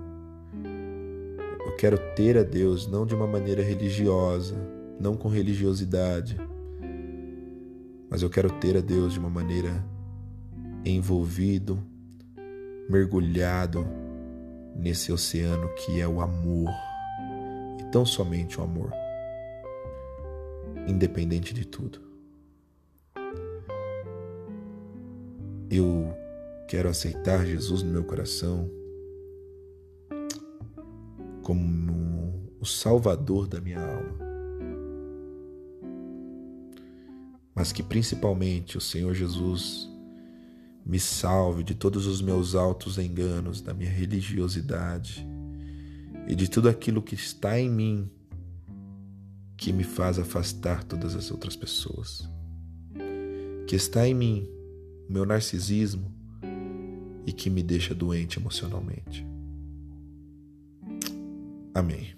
quero ter a Deus não de uma maneira religiosa, não com religiosidade, mas eu quero ter a Deus de uma maneira envolvido, mergulhado nesse oceano que é o amor, e tão somente o amor, independente de tudo. Eu quero aceitar Jesus no meu coração como o Salvador da minha alma, mas que principalmente o Senhor Jesus me salve de todos os meus altos enganos, da minha religiosidade e de tudo aquilo que está em mim que me faz afastar todas as outras pessoas. Que está em mim o meu narcisismo e que me deixa doente emocionalmente. Amém.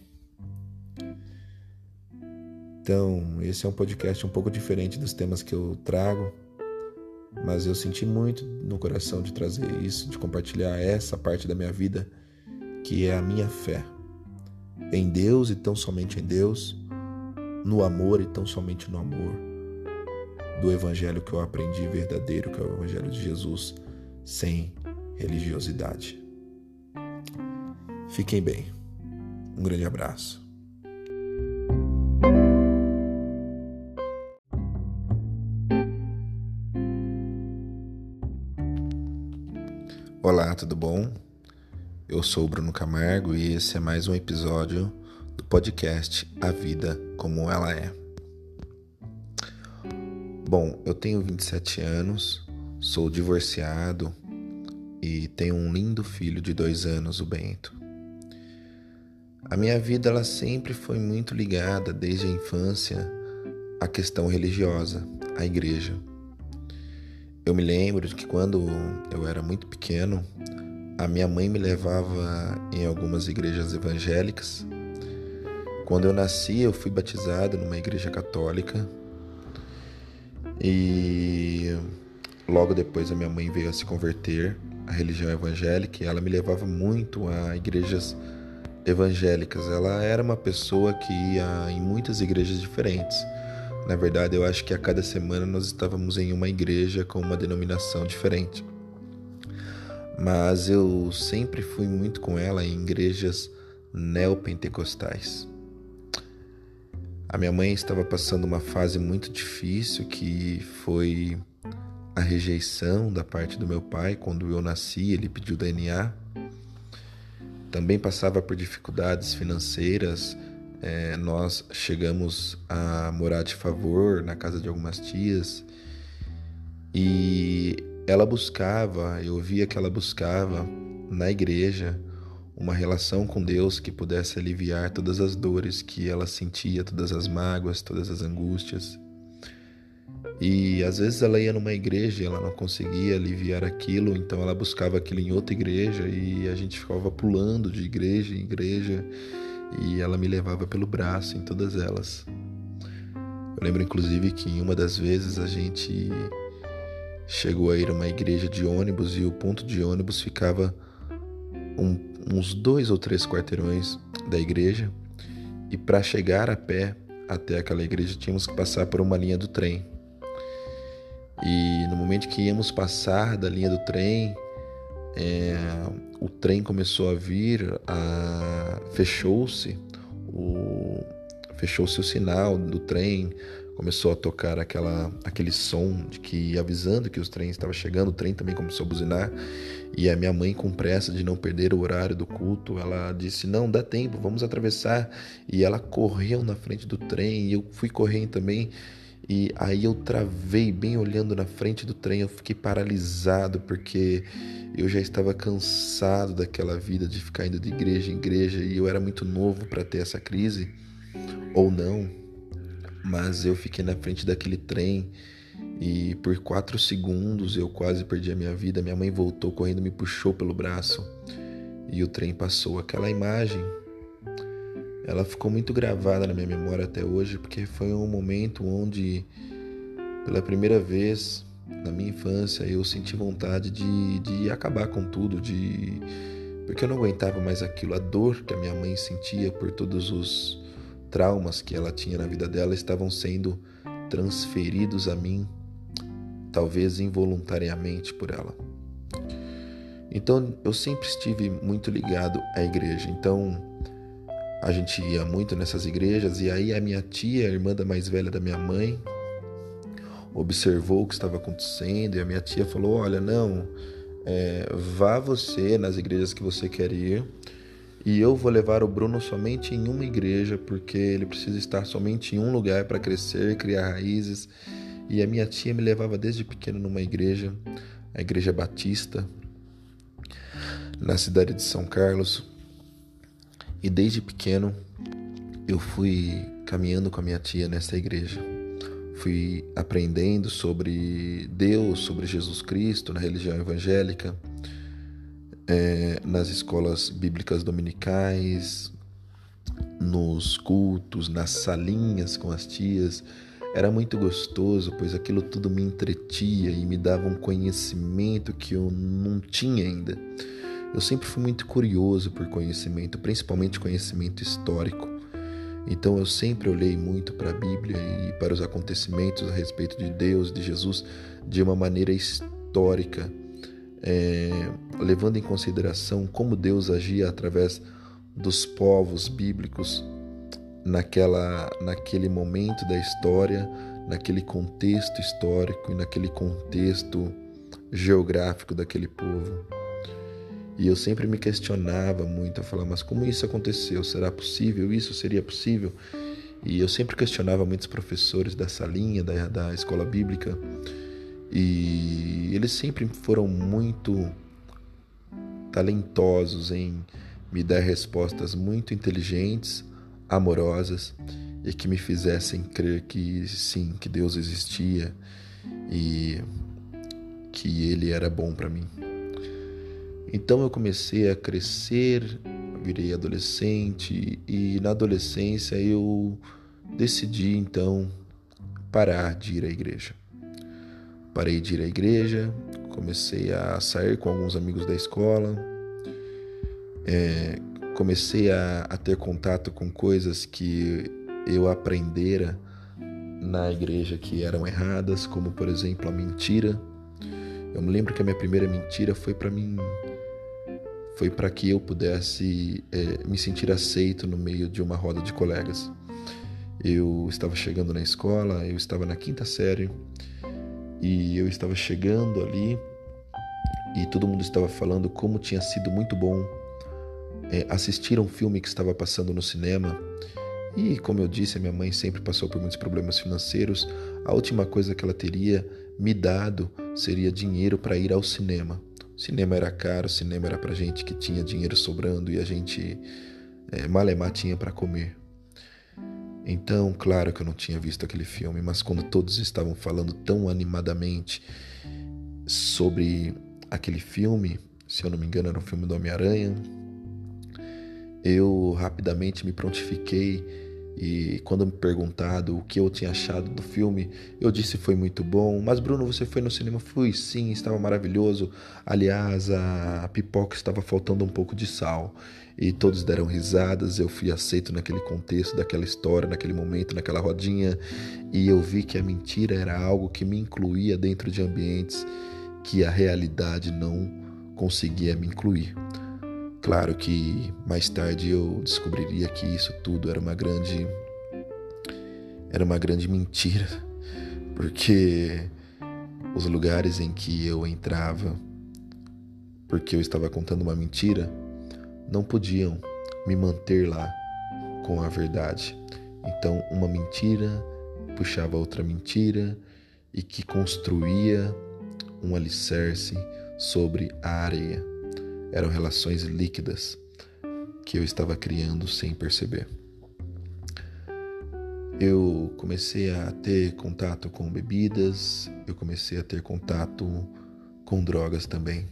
Então, esse é um podcast um pouco diferente dos temas que eu trago, mas eu senti muito no coração de trazer isso, de compartilhar essa parte da minha vida, que é a minha fé em Deus e tão somente em Deus, no amor e tão somente no amor, do evangelho que eu aprendi verdadeiro, que é o evangelho de Jesus, sem religiosidade. Fiquem bem. Um grande abraço. Olá, tudo bom? Eu sou o Bruno Camargo e esse é mais um episódio do podcast A Vida Como Ela É. Bom, eu tenho 27 anos, sou divorciado e tenho um lindo filho de 2 anos, o Bento. A minha vida ela sempre foi muito ligada, desde a infância, à questão religiosa, à igreja. Eu me lembro de que quando eu era muito pequeno, a minha mãe me levava em algumas igrejas evangélicas. Quando eu nasci, eu fui batizado numa igreja católica. E logo depois a minha mãe veio a se converter à religião evangélica e ela me levava muito a igrejas evangélicas. Ela era uma pessoa que ia em muitas igrejas diferentes. Na verdade, eu acho que a cada semana nós estávamos em uma igreja com uma denominação diferente. Mas eu sempre fui muito com ela em igrejas neopentecostais. A minha mãe estava passando uma fase muito difícil, que foi a rejeição da parte do meu pai. Quando eu nasci, ele pediu DNA. Também passava por dificuldades financeiras. Nós chegamos a morar de favor na casa de algumas tias. E eu via que ela buscava na igreja uma relação com Deus que pudesse aliviar todas as dores que ela sentia, todas as mágoas, todas as angústias. E às vezes ela ia numa igreja e ela não conseguia aliviar aquilo, então ela buscava aquilo em outra igreja e a gente ficava pulando de igreja em igreja e ela me levava pelo braço em todas elas. Eu lembro inclusive que em uma das vezes a gente chegou a ir a uma igreja de ônibus e o ponto de ônibus ficava uns 2 ou 3 quarteirões da igreja, e para chegar a pé até aquela igreja tínhamos que passar por uma linha do trem. E no momento que íamos passar da linha do trem, o trem começou a vir, fechou-se o sinal do trem, começou a tocar aquele som avisando que os trens estavam chegando. O trem também começou a buzinar e a minha mãe, com pressa de não perder o horário do culto, ela disse: não, dá tempo, vamos atravessar. E ela correu na frente do trem e eu fui correndo também. E aí eu travei bem olhando na frente do trem. Eu fiquei paralisado porque eu já estava cansado daquela vida de ficar indo de igreja em igreja e eu era muito novo para ter essa crise, ou não. Mas eu fiquei na frente daquele trem e por 4 segundos eu quase perdi a minha vida. Minha mãe voltou correndo, me puxou pelo braço e o trem passou. Aquela imagem, ela ficou muito gravada na minha memória até hoje, porque foi um momento onde, pela primeira vez na minha infância, eu senti vontade de acabar com tudo, porque eu não aguentava mais aquilo. A dor que a minha mãe sentia por todos os traumas que ela tinha na vida dela estavam sendo transferidos a mim, talvez involuntariamente por ela. Então eu sempre estive muito ligado à igreja. Então a gente ia muito nessas igrejas e aí a minha tia, a irmã da mais velha da minha mãe, observou o que estava acontecendo e a minha tia falou: olha, não, vá você nas igrejas que você quer ir, e eu vou levar o Bruno somente em uma igreja, porque ele precisa estar somente em um lugar para crescer, criar raízes. E a minha tia me levava desde pequeno numa igreja, a Igreja Batista, na cidade de São Carlos. E desde pequeno eu fui caminhando com a minha tia nessa igreja. Fui aprendendo sobre Deus, sobre Jesus Cristo, na religião evangélica, nas escolas bíblicas dominicais, nos cultos, nas salinhas com as tias. Era muito gostoso, pois aquilo tudo me entretia e me dava um conhecimento que eu não tinha ainda. Eu sempre fui muito curioso por conhecimento, principalmente conhecimento histórico. Então eu sempre olhei muito para a Bíblia e para os acontecimentos a respeito de Deus, de Jesus, de uma maneira histórica, levando em consideração como Deus agia através dos povos bíblicos naquele momento da história, naquele contexto histórico e naquele contexto geográfico daquele povo. E eu sempre me questionava muito, eu falava: mas como isso aconteceu? Será possível isso? Seria possível? E eu sempre questionava muitos professores da salinha, da escola bíblica, e eles sempre foram muito talentosos em me dar respostas muito inteligentes, amorosas, e que me fizessem crer que sim, que Deus existia e que Ele era bom para mim. Então eu comecei a crescer, virei adolescente e na adolescência eu decidi então parar de ir à igreja. parei de ir à igreja, comecei a sair com alguns amigos da escola, comecei a ter contato com coisas que eu aprendera na igreja que eram erradas, como por exemplo a mentira. Eu me lembro que a minha primeira mentira foi para que eu pudesse me sentir aceito no meio de uma roda de colegas. Eu estava chegando na escola, eu estava na 5ª série e eu estava chegando ali e todo mundo estava falando como tinha sido muito bom assistir a um filme que estava passando no cinema. E como eu disse, a minha mãe sempre passou por muitos problemas financeiros. A última coisa que ela teria me dado seria dinheiro para ir ao cinema. O cinema era caro, o cinema era para gente que tinha dinheiro sobrando e a gente malemar tinha para comer. Então, claro que eu não tinha visto aquele filme, mas quando todos estavam falando tão animadamente sobre aquele filme, se eu não me engano era um filme do Homem-Aranha, eu rapidamente me prontifiquei e quando me perguntado o que eu tinha achado do filme, eu disse foi muito bom. Mas Bruno, você foi no cinema? Fui sim, estava maravilhoso. Aliás, a pipoca estava faltando um pouco de sal. E todos deram risadas, eu fui aceito naquele contexto, daquela história, naquele momento, naquela rodinha. E eu vi que a mentira era algo que me incluía dentro de ambientes que a realidade não conseguia me incluir. Claro que mais tarde eu descobriria que isso tudo era uma grande mentira, porque os lugares em que eu entrava, porque eu estava contando uma mentira, não podiam me manter lá com a verdade. Então, uma mentira puxava outra mentira e que construía um alicerce sobre a areia. Eram relações líquidas que eu estava criando sem perceber. Eu comecei a ter contato com bebidas, eu comecei a ter contato com drogas também.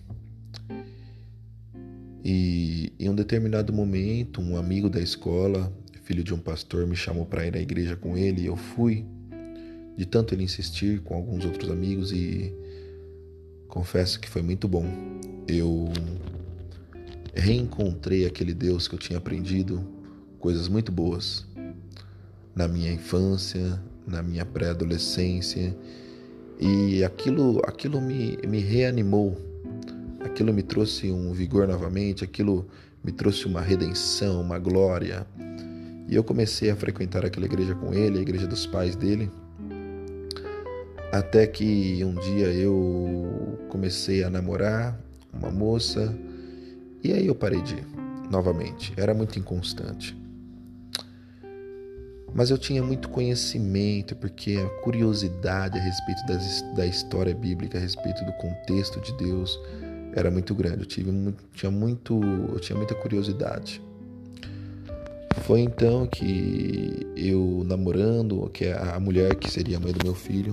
E em um determinado momento, um amigo da escola, filho de um pastor, me chamou para ir à igreja com ele e eu fui. De tanto ele insistir com alguns outros amigos e confesso que foi muito bom. Eu reencontrei aquele Deus que eu tinha aprendido coisas muito boas na minha infância, na minha pré-adolescência, e aquilo me reanimou, aquilo me trouxe um vigor novamente, aquilo me trouxe uma redenção, uma glória, e eu comecei a frequentar aquela igreja com ele, a igreja dos pais dele, até que um dia eu comecei a namorar uma moça. E aí eu parei de ir, novamente. Era muito inconstante. Mas eu tinha muito conhecimento, porque a curiosidade a respeito da história bíblica, a respeito do contexto de Deus, era muito grande. Eu tinha muita curiosidade. Foi então que eu namorando, que é a mulher que seria a mãe do meu filho,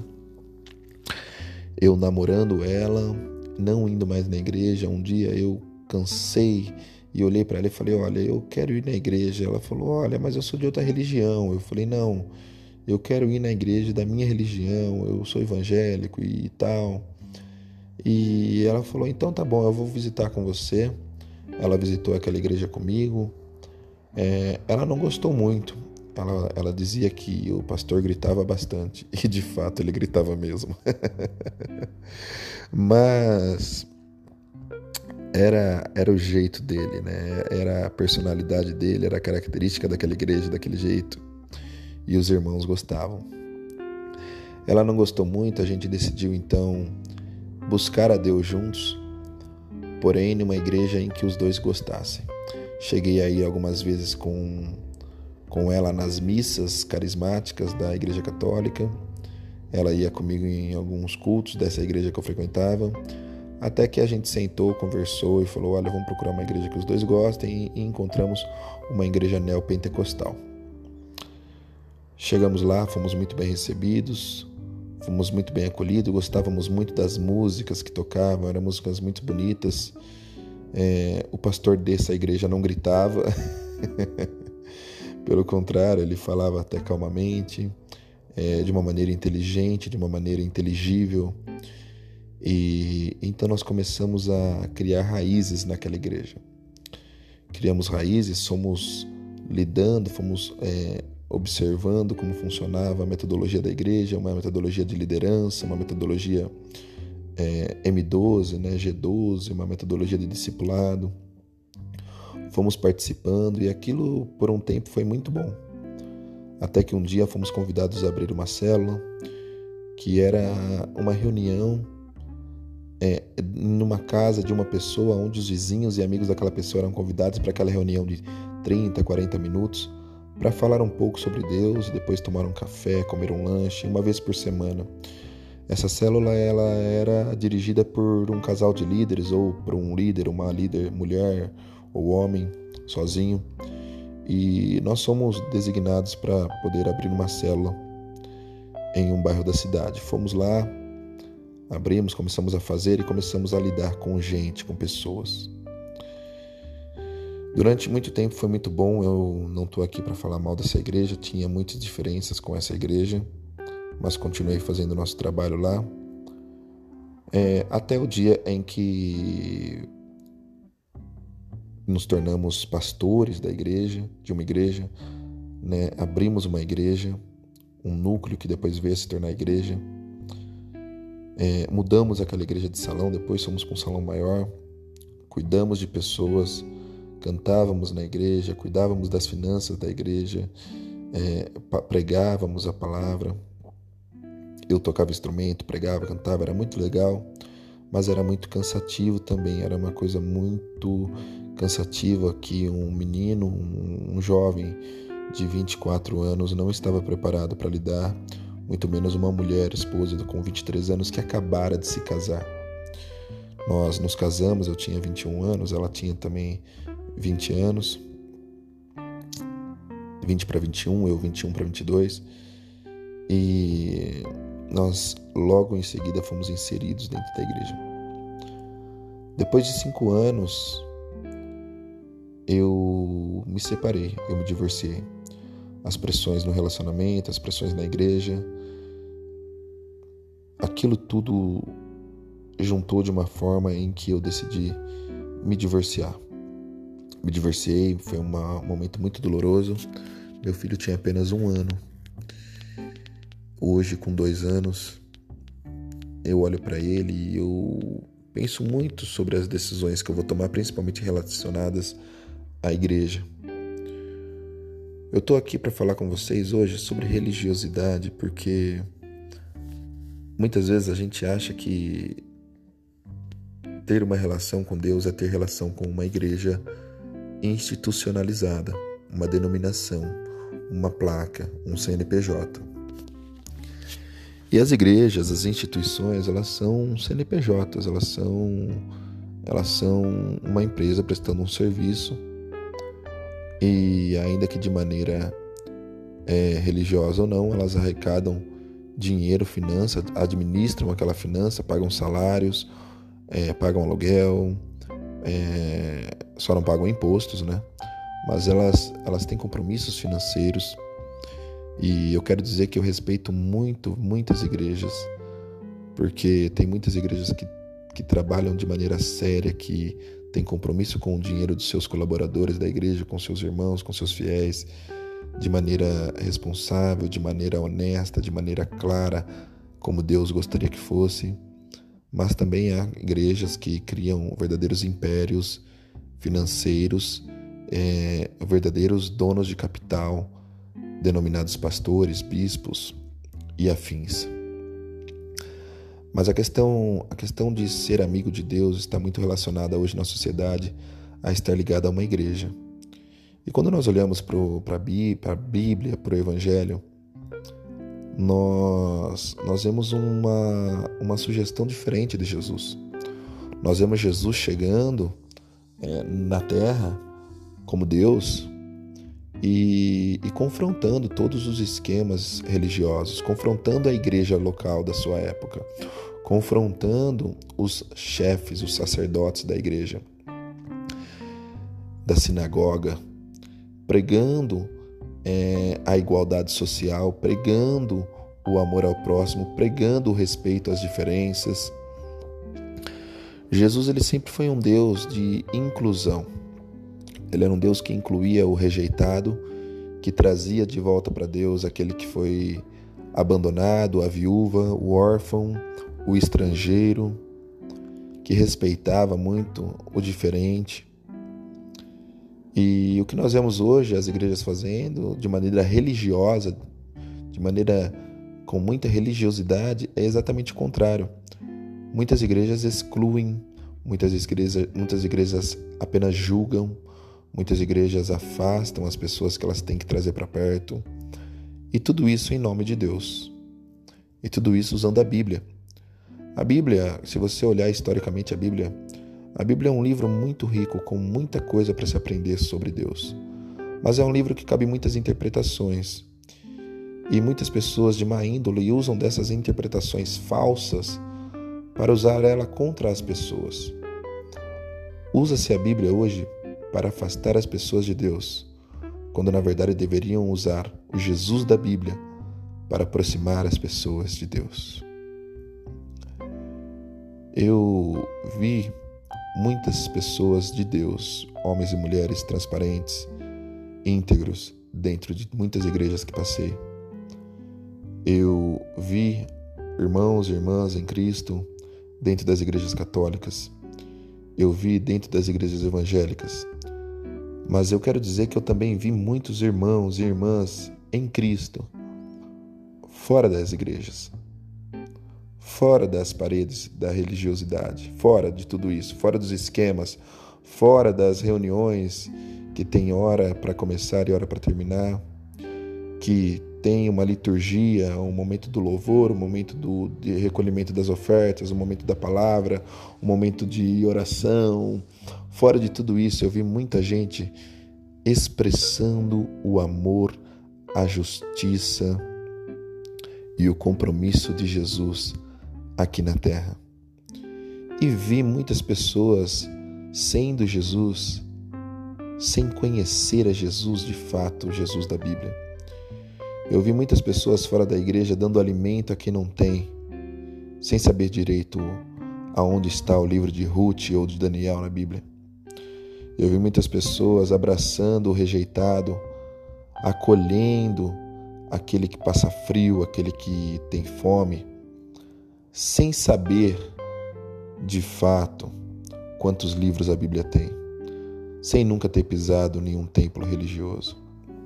eu namorando ela, não indo mais na igreja, um dia eu cansei e olhei para ela e falei, olha, eu quero ir na igreja. Ela falou, olha, mas eu sou de outra religião. Eu falei, não, eu quero ir na igreja da minha religião, eu sou evangélico e tal. E ela falou, então tá bom, eu vou visitar com você. Ela visitou aquela igreja comigo. Ela não gostou muito. Ela dizia que o pastor gritava bastante. E de fato ele gritava mesmo. Mas era o jeito dele, né? Era a personalidade dele, era a característica daquela igreja, daquele jeito. E os irmãos gostavam. Ela não gostou muito, a gente decidiu então buscar a Deus juntos, porém numa igreja em que os dois gostassem. Cheguei aí algumas vezes com ela nas missas carismáticas da igreja católica. Ela ia comigo em alguns cultos dessa igreja que eu frequentava. Até que a gente sentou, conversou e falou, olha, vamos procurar uma igreja que os dois gostem, e encontramos uma igreja neopentecostal. Chegamos lá, fomos muito bem recebidos, fomos muito bem acolhidos, gostávamos muito das músicas que tocavam, eram músicas muito bonitas. O pastor dessa igreja não gritava, pelo contrário, ele falava até calmamente. de uma maneira inteligente, de uma maneira inteligível. E então nós começamos a criar raízes naquela igreja. Criamos raízes, fomos observando como funcionava a metodologia da igreja, uma metodologia de liderança, uma metodologia M12, né, G12, uma metodologia de discipulado. Fomos participando e aquilo por um tempo foi muito bom. Até que um dia fomos convidados a abrir uma célula, que era uma reunião numa casa de uma pessoa, onde os vizinhos e amigos daquela pessoa eram convidados para aquela reunião de 30, 40 minutos, para falar um pouco sobre Deus, depois tomar um café, comer um lanche, uma vez por semana. Essa célula ela era dirigida por um casal de líderes, ou por um líder, uma líder mulher ou homem, sozinho. E nós somos designados para poder abrir uma célula em um bairro da cidade. Fomos lá, abrimos, começamos a fazer e começamos a lidar com gente, com pessoas. Durante muito tempo foi muito bom. Eu não estou aqui para falar mal dessa igreja, tinha muitas diferenças com essa igreja, mas continuei fazendo o nosso trabalho lá, até o dia em que nos tornamos pastores da igreja, de uma igreja, né? Abrimos uma igreja, um núcleo que depois veio a se tornar igreja. Mudamos aquela igreja de salão, depois fomos para um salão maior, cuidamos de pessoas, cantávamos na igreja, cuidávamos das finanças da igreja, pregávamos a palavra. Eu tocava instrumento, pregava, cantava, era muito legal, mas era muito cansativo também, era uma coisa muito cansativa que um menino, um jovem de 24 anos não estava preparado para lidar, muito menos uma mulher, esposa com 23 anos que acabara de se casar. Nós nos casamos, eu tinha 21 anos, ela tinha também 20 anos, 20 para 21, eu 21 para 22, e nós logo em seguida fomos inseridos dentro da igreja. Depois de 5 anos, eu me separei, eu me divorciei. As pressões no relacionamento, as pressões na igreja, aquilo tudo juntou de uma forma em que eu decidi me divorciar. Me divorciei, foi um momento muito doloroso. Meu filho tinha apenas 1 ano. Hoje, com 2 anos, eu olho para ele e eu penso muito sobre as decisões que eu vou tomar, principalmente relacionadas à igreja. Eu estou aqui para falar com vocês hoje sobre religiosidade, porque muitas vezes a gente acha que ter uma relação com Deus é ter relação com uma igreja institucionalizada, uma denominação, uma placa, um CNPJ. E as igrejas, as instituições, elas são CNPJs, elas são uma empresa prestando um serviço, e ainda que de maneira religiosa ou não, elas arrecadam dinheiro, finança, administram aquela finança, pagam salários, pagam aluguel, só não pagam impostos, né? Mas elas têm compromissos financeiros. E eu quero dizer que eu respeito muitas igrejas, porque tem muitas igrejas que trabalham de maneira séria, que têm compromisso com o dinheiro dos seus colaboradores da igreja, com seus irmãos, com seus fiéis, de maneira responsável, de maneira honesta, de maneira clara, como Deus gostaria que fosse. Mas também há igrejas que criam verdadeiros impérios financeiros, verdadeiros donos de capital, denominados pastores, bispos e afins. Mas a questão de ser amigo de Deus está muito relacionada hoje na sociedade a estar ligado a uma igreja. E quando nós olhamos para a Bíblia, para o Evangelho, nós vemos uma sugestão diferente de Jesus. Nós vemos Jesus chegando na terra como Deus e confrontando todos os esquemas religiosos, confrontando a igreja local da sua época, confrontando os chefes, os sacerdotes da igreja, da sinagoga, pregando a igualdade social, pregando o amor ao próximo, pregando o respeito às diferenças. Jesus, ele sempre foi um Deus de inclusão. Ele era um Deus que incluía o rejeitado, que trazia de volta para Deus aquele que foi abandonado, a viúva, o órfão, o estrangeiro, que respeitava muito o diferente. E o que nós vemos hoje as igrejas fazendo de maneira religiosa, de maneira com muita religiosidade, é exatamente o contrário. Muitas igrejas excluem, muitas igrejas apenas julgam, muitas igrejas afastam as pessoas que elas têm que trazer para perto. E tudo isso em nome de Deus. E tudo isso usando a Bíblia. A Bíblia, se você olhar historicamente a Bíblia é um livro muito rico, com muita coisa para se aprender sobre Deus. Mas é um livro que cabe muitas interpretações. E muitas pessoas de má índole usam dessas interpretações falsas para usar ela contra as pessoas. Usa-se a Bíblia hoje para afastar as pessoas de Deus, quando na verdade deveriam usar o Jesus da Bíblia para aproximar as pessoas de Deus. Eu vi muitas pessoas de Deus, homens e mulheres transparentes, íntegros, dentro de muitas igrejas que passei. Eu vi irmãos e irmãs em Cristo dentro das igrejas católicas. Eu vi dentro das igrejas evangélicas. Mas eu quero dizer que eu também vi muitos irmãos e irmãs em Cristo fora das igrejas, fora das paredes da religiosidade, fora de tudo isso, fora dos esquemas, fora das reuniões que tem hora para começar e hora para terminar, que tem uma liturgia, um momento do louvor, um momento de recolhimento das ofertas, um momento da palavra, um momento de oração. Fora de tudo isso, eu vi muita gente expressando o amor, a justiça e o compromisso de Jesus aqui na terra. E vi muitas pessoas sendo Jesus sem conhecer a Jesus de fato, o Jesus da Bíblia. Eu vi muitas pessoas fora da igreja dando alimento a quem não tem, sem saber direito aonde está o livro de Ruth ou de Daniel na Bíblia. Eu vi muitas pessoas abraçando o rejeitado, acolhendo aquele que passa frio, aquele que tem fome, sem saber de fato quantos livros a Bíblia tem, sem nunca ter pisado em nenhum templo religioso.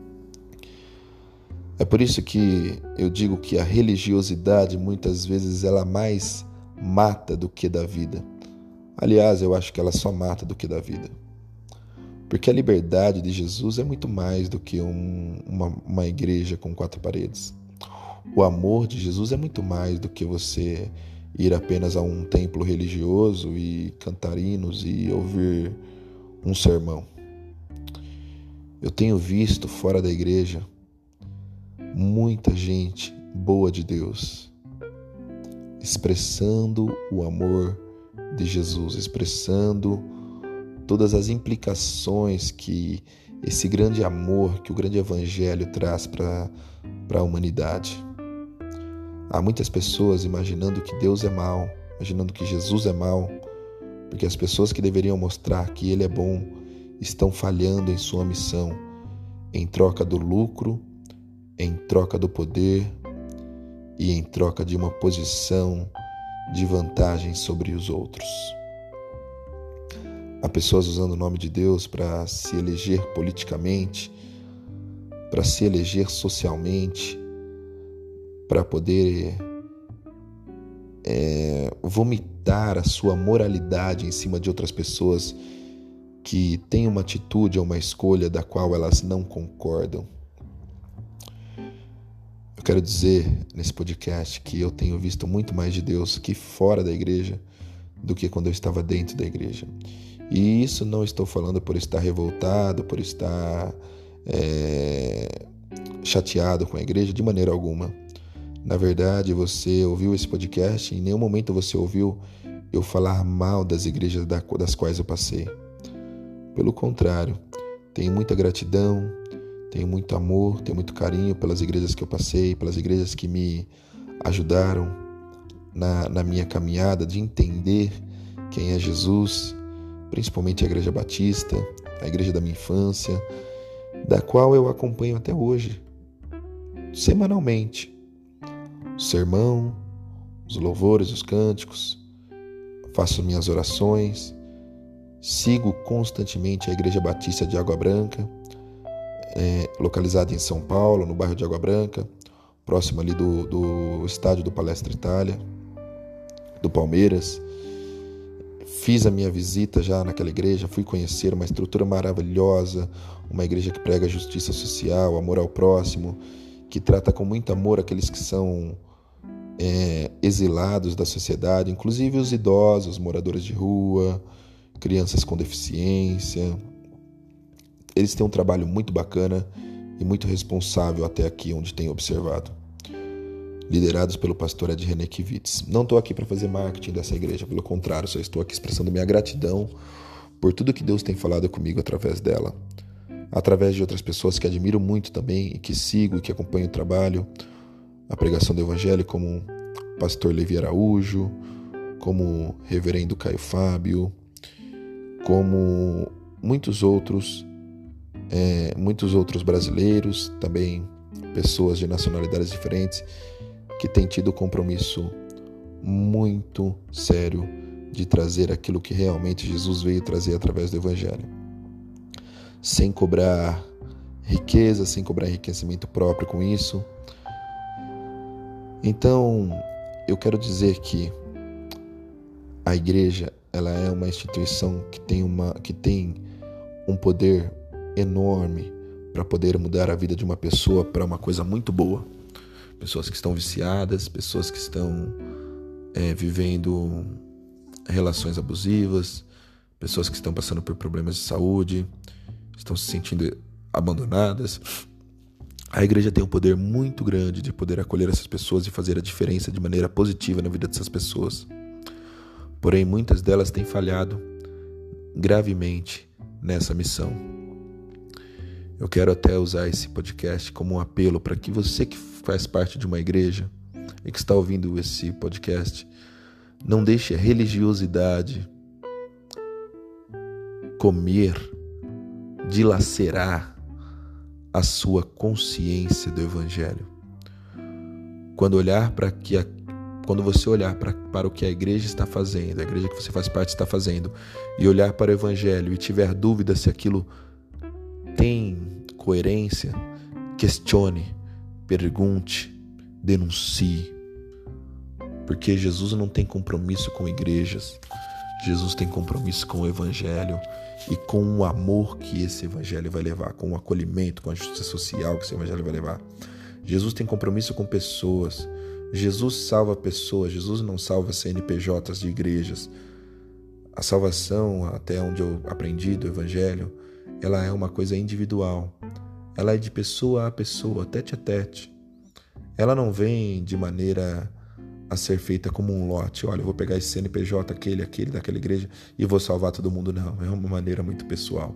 É por isso que eu digo que a religiosidade muitas vezes ela mais mata do que dá vida. Aliás, eu acho que ela só mata do que dá vida. Porque a liberdade de Jesus é muito mais do que uma igreja com 4 paredes. O amor de Jesus é muito mais do que você ir apenas a um templo religioso e cantar hinos e ouvir um sermão. Eu tenho visto fora da igreja muita gente boa de Deus expressando o amor de Jesus, expressando todas as implicações que esse grande amor, que o grande evangelho traz para a humanidade. Há muitas pessoas imaginando que Deus é mau, imaginando que Jesus é mau, porque as pessoas que deveriam mostrar que Ele é bom estão falhando em sua missão, em troca do lucro, em troca do poder e em troca de uma posição de vantagem sobre os outros. Há pessoas usando o nome de Deus para se eleger politicamente, para se eleger socialmente, para poder vomitar a sua moralidade em cima de outras pessoas que têm uma atitude ou uma escolha da qual elas não concordam. Eu quero dizer nesse podcast que eu tenho visto muito mais de Deus aqui fora da igreja do que quando eu estava dentro da igreja. E isso não estou falando por estar revoltado, por estar chateado com a igreja, de maneira alguma. Na verdade, você ouviu esse podcast e em nenhum momento você ouviu eu falar mal das igrejas das quais eu passei. Pelo contrário, tenho muita gratidão, tenho muito amor, tenho muito carinho pelas igrejas que eu passei, pelas igrejas que me ajudaram na minha caminhada de entender quem é Jesus, principalmente a Igreja Batista, a igreja da minha infância, da qual eu acompanho até hoje, semanalmente. O sermão, os louvores, os cânticos, faço minhas orações, sigo constantemente a Igreja Batista de Água Branca, localizada em São Paulo, no bairro de Água Branca, próximo ali do estádio do Palestra Itália, do Palmeiras. Fiz a minha visita já naquela igreja, fui conhecer uma estrutura maravilhosa, uma igreja que prega justiça social, amor ao próximo, que trata com muito amor aqueles que são exilados da sociedade, inclusive os idosos, moradores de rua, crianças com deficiência. Eles têm um trabalho muito bacana e muito responsável até aqui, onde tenho observado. Liderados pelo pastor Ed René Kivitz. Não estou aqui para fazer marketing dessa igreja, pelo contrário, só estou aqui expressando minha gratidão por tudo que Deus tem falado comigo através dela. Através de outras pessoas que admiro muito também e que sigo e que acompanho o trabalho, a pregação do Evangelho, como o pastor Levi Araújo, como o reverendo Caio Fábio, como muitos outros brasileiros, também pessoas de nacionalidades diferentes, que têm tido compromisso muito sério de trazer aquilo que realmente Jesus veio trazer através do Evangelho. Sem cobrar riqueza, sem cobrar enriquecimento próprio com isso. Então, eu quero dizer que a igreja, ela é uma instituição que tem um poder enorme para poder mudar a vida de uma pessoa para uma coisa muito boa. Pessoas que estão viciadas, pessoas que estão vivendo relações abusivas, pessoas que estão passando por problemas de saúde, estão se sentindo abandonadas. A igreja tem um poder muito grande de poder acolher essas pessoas e fazer a diferença de maneira positiva na vida dessas pessoas. Porém, muitas delas têm falhado gravemente nessa missão. Eu quero até usar esse podcast como um apelo para que você que faz parte de uma igreja e que está ouvindo esse podcast, não deixe a religiosidade comer, dilacerar a sua consciência do Evangelho. Quando você olhar para o que a igreja está fazendo, a igreja que você faz parte está fazendo, e olhar para o Evangelho e tiver dúvida se aquilo tem coerência, questione, pergunte, denuncie. Porque Jesus não tem compromisso com igrejas. Jesus tem compromisso com o Evangelho e com o amor que esse Evangelho vai levar, com o acolhimento, com a justiça social que esse Evangelho vai levar. Jesus tem compromisso com pessoas. Jesus salva pessoas. Jesus não salva CNPJs de igrejas. A salvação, até onde eu aprendi do Evangelho, ela é uma coisa individual. Ela é de pessoa a pessoa, tete a tete. Ela não vem de maneira a ser feita como um lote. Olha, eu vou pegar esse CNPJ, aquele daquela igreja e vou salvar todo mundo. Não, é uma maneira muito pessoal.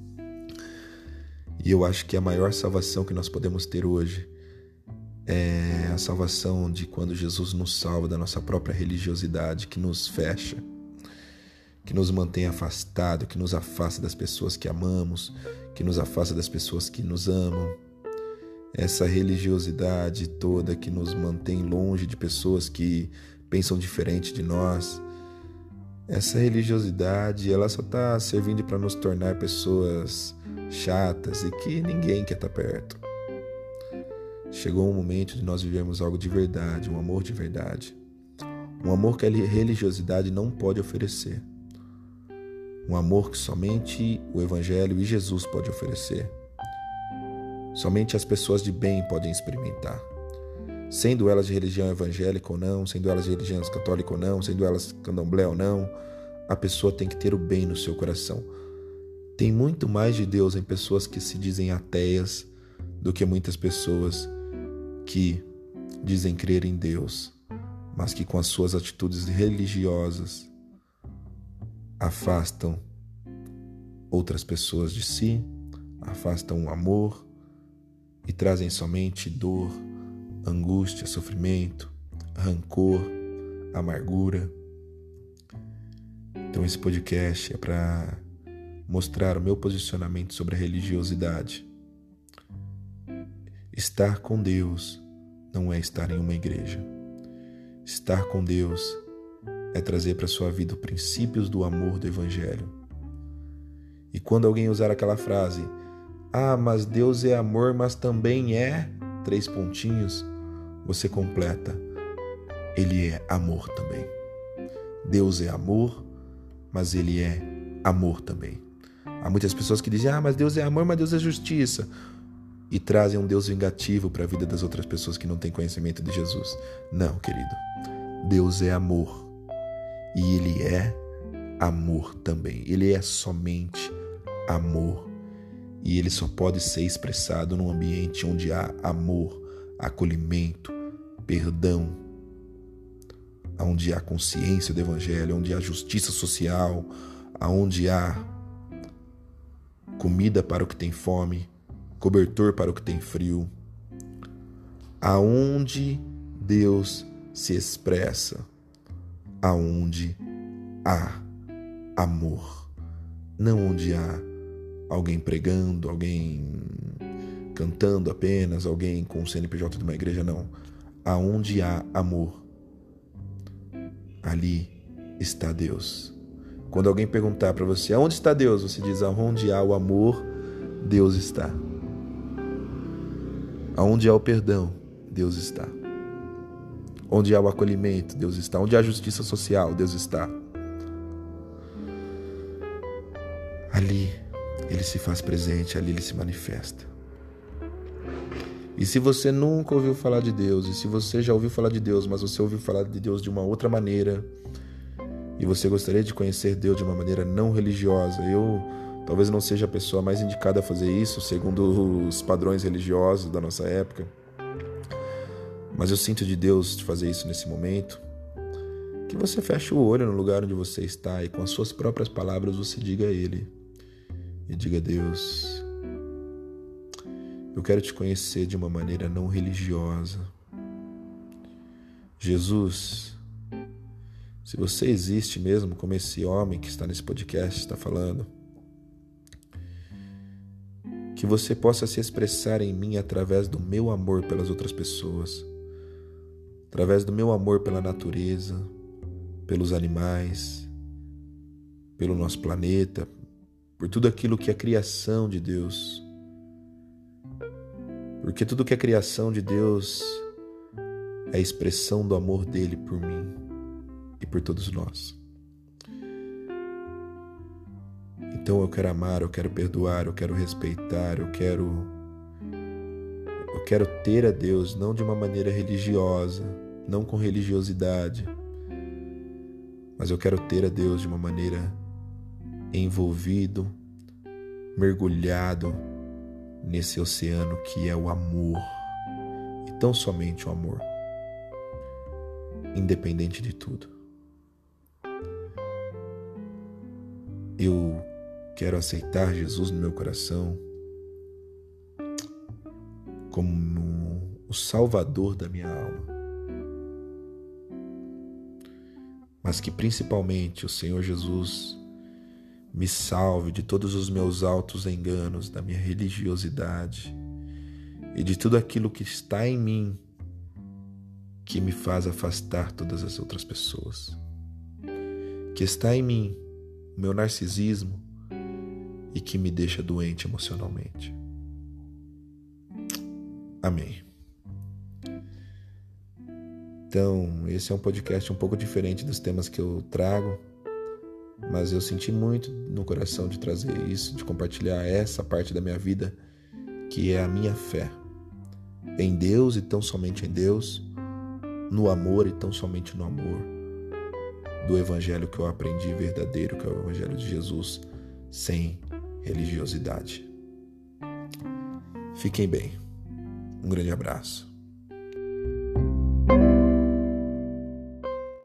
E eu acho que a maior salvação que nós podemos ter hoje é a salvação de quando Jesus nos salva da nossa própria religiosidade, que nos fecha, que nos mantém afastado, que nos afasta das pessoas que amamos, que nos afasta das pessoas que nos amam. Essa religiosidade toda que nos mantém longe de pessoas que pensam diferente de nós. Essa religiosidade, ela só está servindo para nos tornar pessoas chatas e que ninguém quer estar perto. Chegou um momento de nós vivermos algo de verdade, um amor de verdade. Um amor que a religiosidade não pode oferecer. Um amor que somente o Evangelho e Jesus pode oferecer. Somente as pessoas de bem podem experimentar. Sendo elas de religião evangélica ou não, sendo elas de religião católica ou não, sendo elas candomblé ou não, a pessoa tem que ter o bem no seu coração. Tem muito mais de Deus em pessoas que se dizem ateias do que muitas pessoas que dizem crer em Deus, mas que com as suas atitudes religiosas afastam outras pessoas de si, afastam o amor e trazem somente dor, angústia, sofrimento, rancor, amargura. Então esse podcast é para mostrar o meu posicionamento sobre a religiosidade. Estar com Deus não é estar em uma igreja. Estar com Deus é trazer para a sua vida os princípios do amor do Evangelho. E quando alguém usar aquela frase, mas Deus é amor, mas também é... você completa, Ele é amor também. Deus é amor, mas Ele é amor também. Há muitas pessoas que dizem, mas Deus é amor, mas Deus é justiça. E trazem um Deus vingativo para a vida das outras pessoas que não têm conhecimento de Jesus. Não, querido. Deus é amor. E Ele é amor também. Ele é somente amor. E Ele só pode ser expressado num ambiente onde há amor, acolhimento, perdão, onde há consciência do Evangelho, onde há justiça social, onde há comida para o que tem fome, cobertor para o que tem frio, aonde Deus se expressa, aonde há amor, não onde há alguém pregando, alguém cantando apenas, alguém com o CNPJ de uma igreja, não. Aonde há amor, ali está Deus. Quando alguém perguntar para você, aonde está Deus? Você diz, aonde há o amor, Deus está. Aonde há o perdão, Deus está. Onde há o acolhimento, Deus está. Onde há a justiça social, Deus está. Ali Ele se faz presente, ali Ele se manifesta. E se você nunca ouviu falar de Deus, e se você já ouviu falar de Deus, mas você ouviu falar de Deus de uma outra maneira, e você gostaria de conhecer Deus de uma maneira não religiosa, eu talvez não seja a pessoa mais indicada a fazer isso, segundo os padrões religiosos da nossa época, mas eu sinto de Deus de fazer isso nesse momento, que você feche o olho no lugar onde você está e com as suas próprias palavras você diga a Ele, e diga, Deus, eu quero te conhecer de uma maneira não religiosa. Jesus, se você existe mesmo, como esse homem que está nesse podcast está falando, que você possa se expressar em mim através do meu amor pelas outras pessoas, através do meu amor pela natureza, pelos animais, pelo nosso planeta, por tudo aquilo que é criação de Deus. Porque tudo que é criação de Deus é a expressão do amor dele por mim e por todos nós. Então eu quero amar, eu quero perdoar, eu quero respeitar, eu quero ter a Deus não de uma maneira religiosa, não com religiosidade, mas eu quero ter a Deus de uma maneira envolvido, mergulhado nesse oceano que é o amor, e tão somente o amor, independente de tudo. Eu quero aceitar Jesus no meu coração como o Salvador da minha alma, mas que principalmente o Senhor Jesus me salve de todos os meus altos enganos, da minha religiosidade e de tudo aquilo que está em mim que me faz afastar todas as outras pessoas. Que está em mim o meu narcisismo e que me deixa doente emocionalmente. Amém. Então, esse é um podcast um pouco diferente dos temas que eu trago, mas eu senti muito no coração de trazer isso, de compartilhar essa parte da minha vida, que é a minha fé em Deus e tão somente em Deus, no amor e tão somente no amor, do evangelho que eu aprendi verdadeiro, que é o evangelho de Jesus, sem religiosidade. Fiquem bem. Um grande abraço.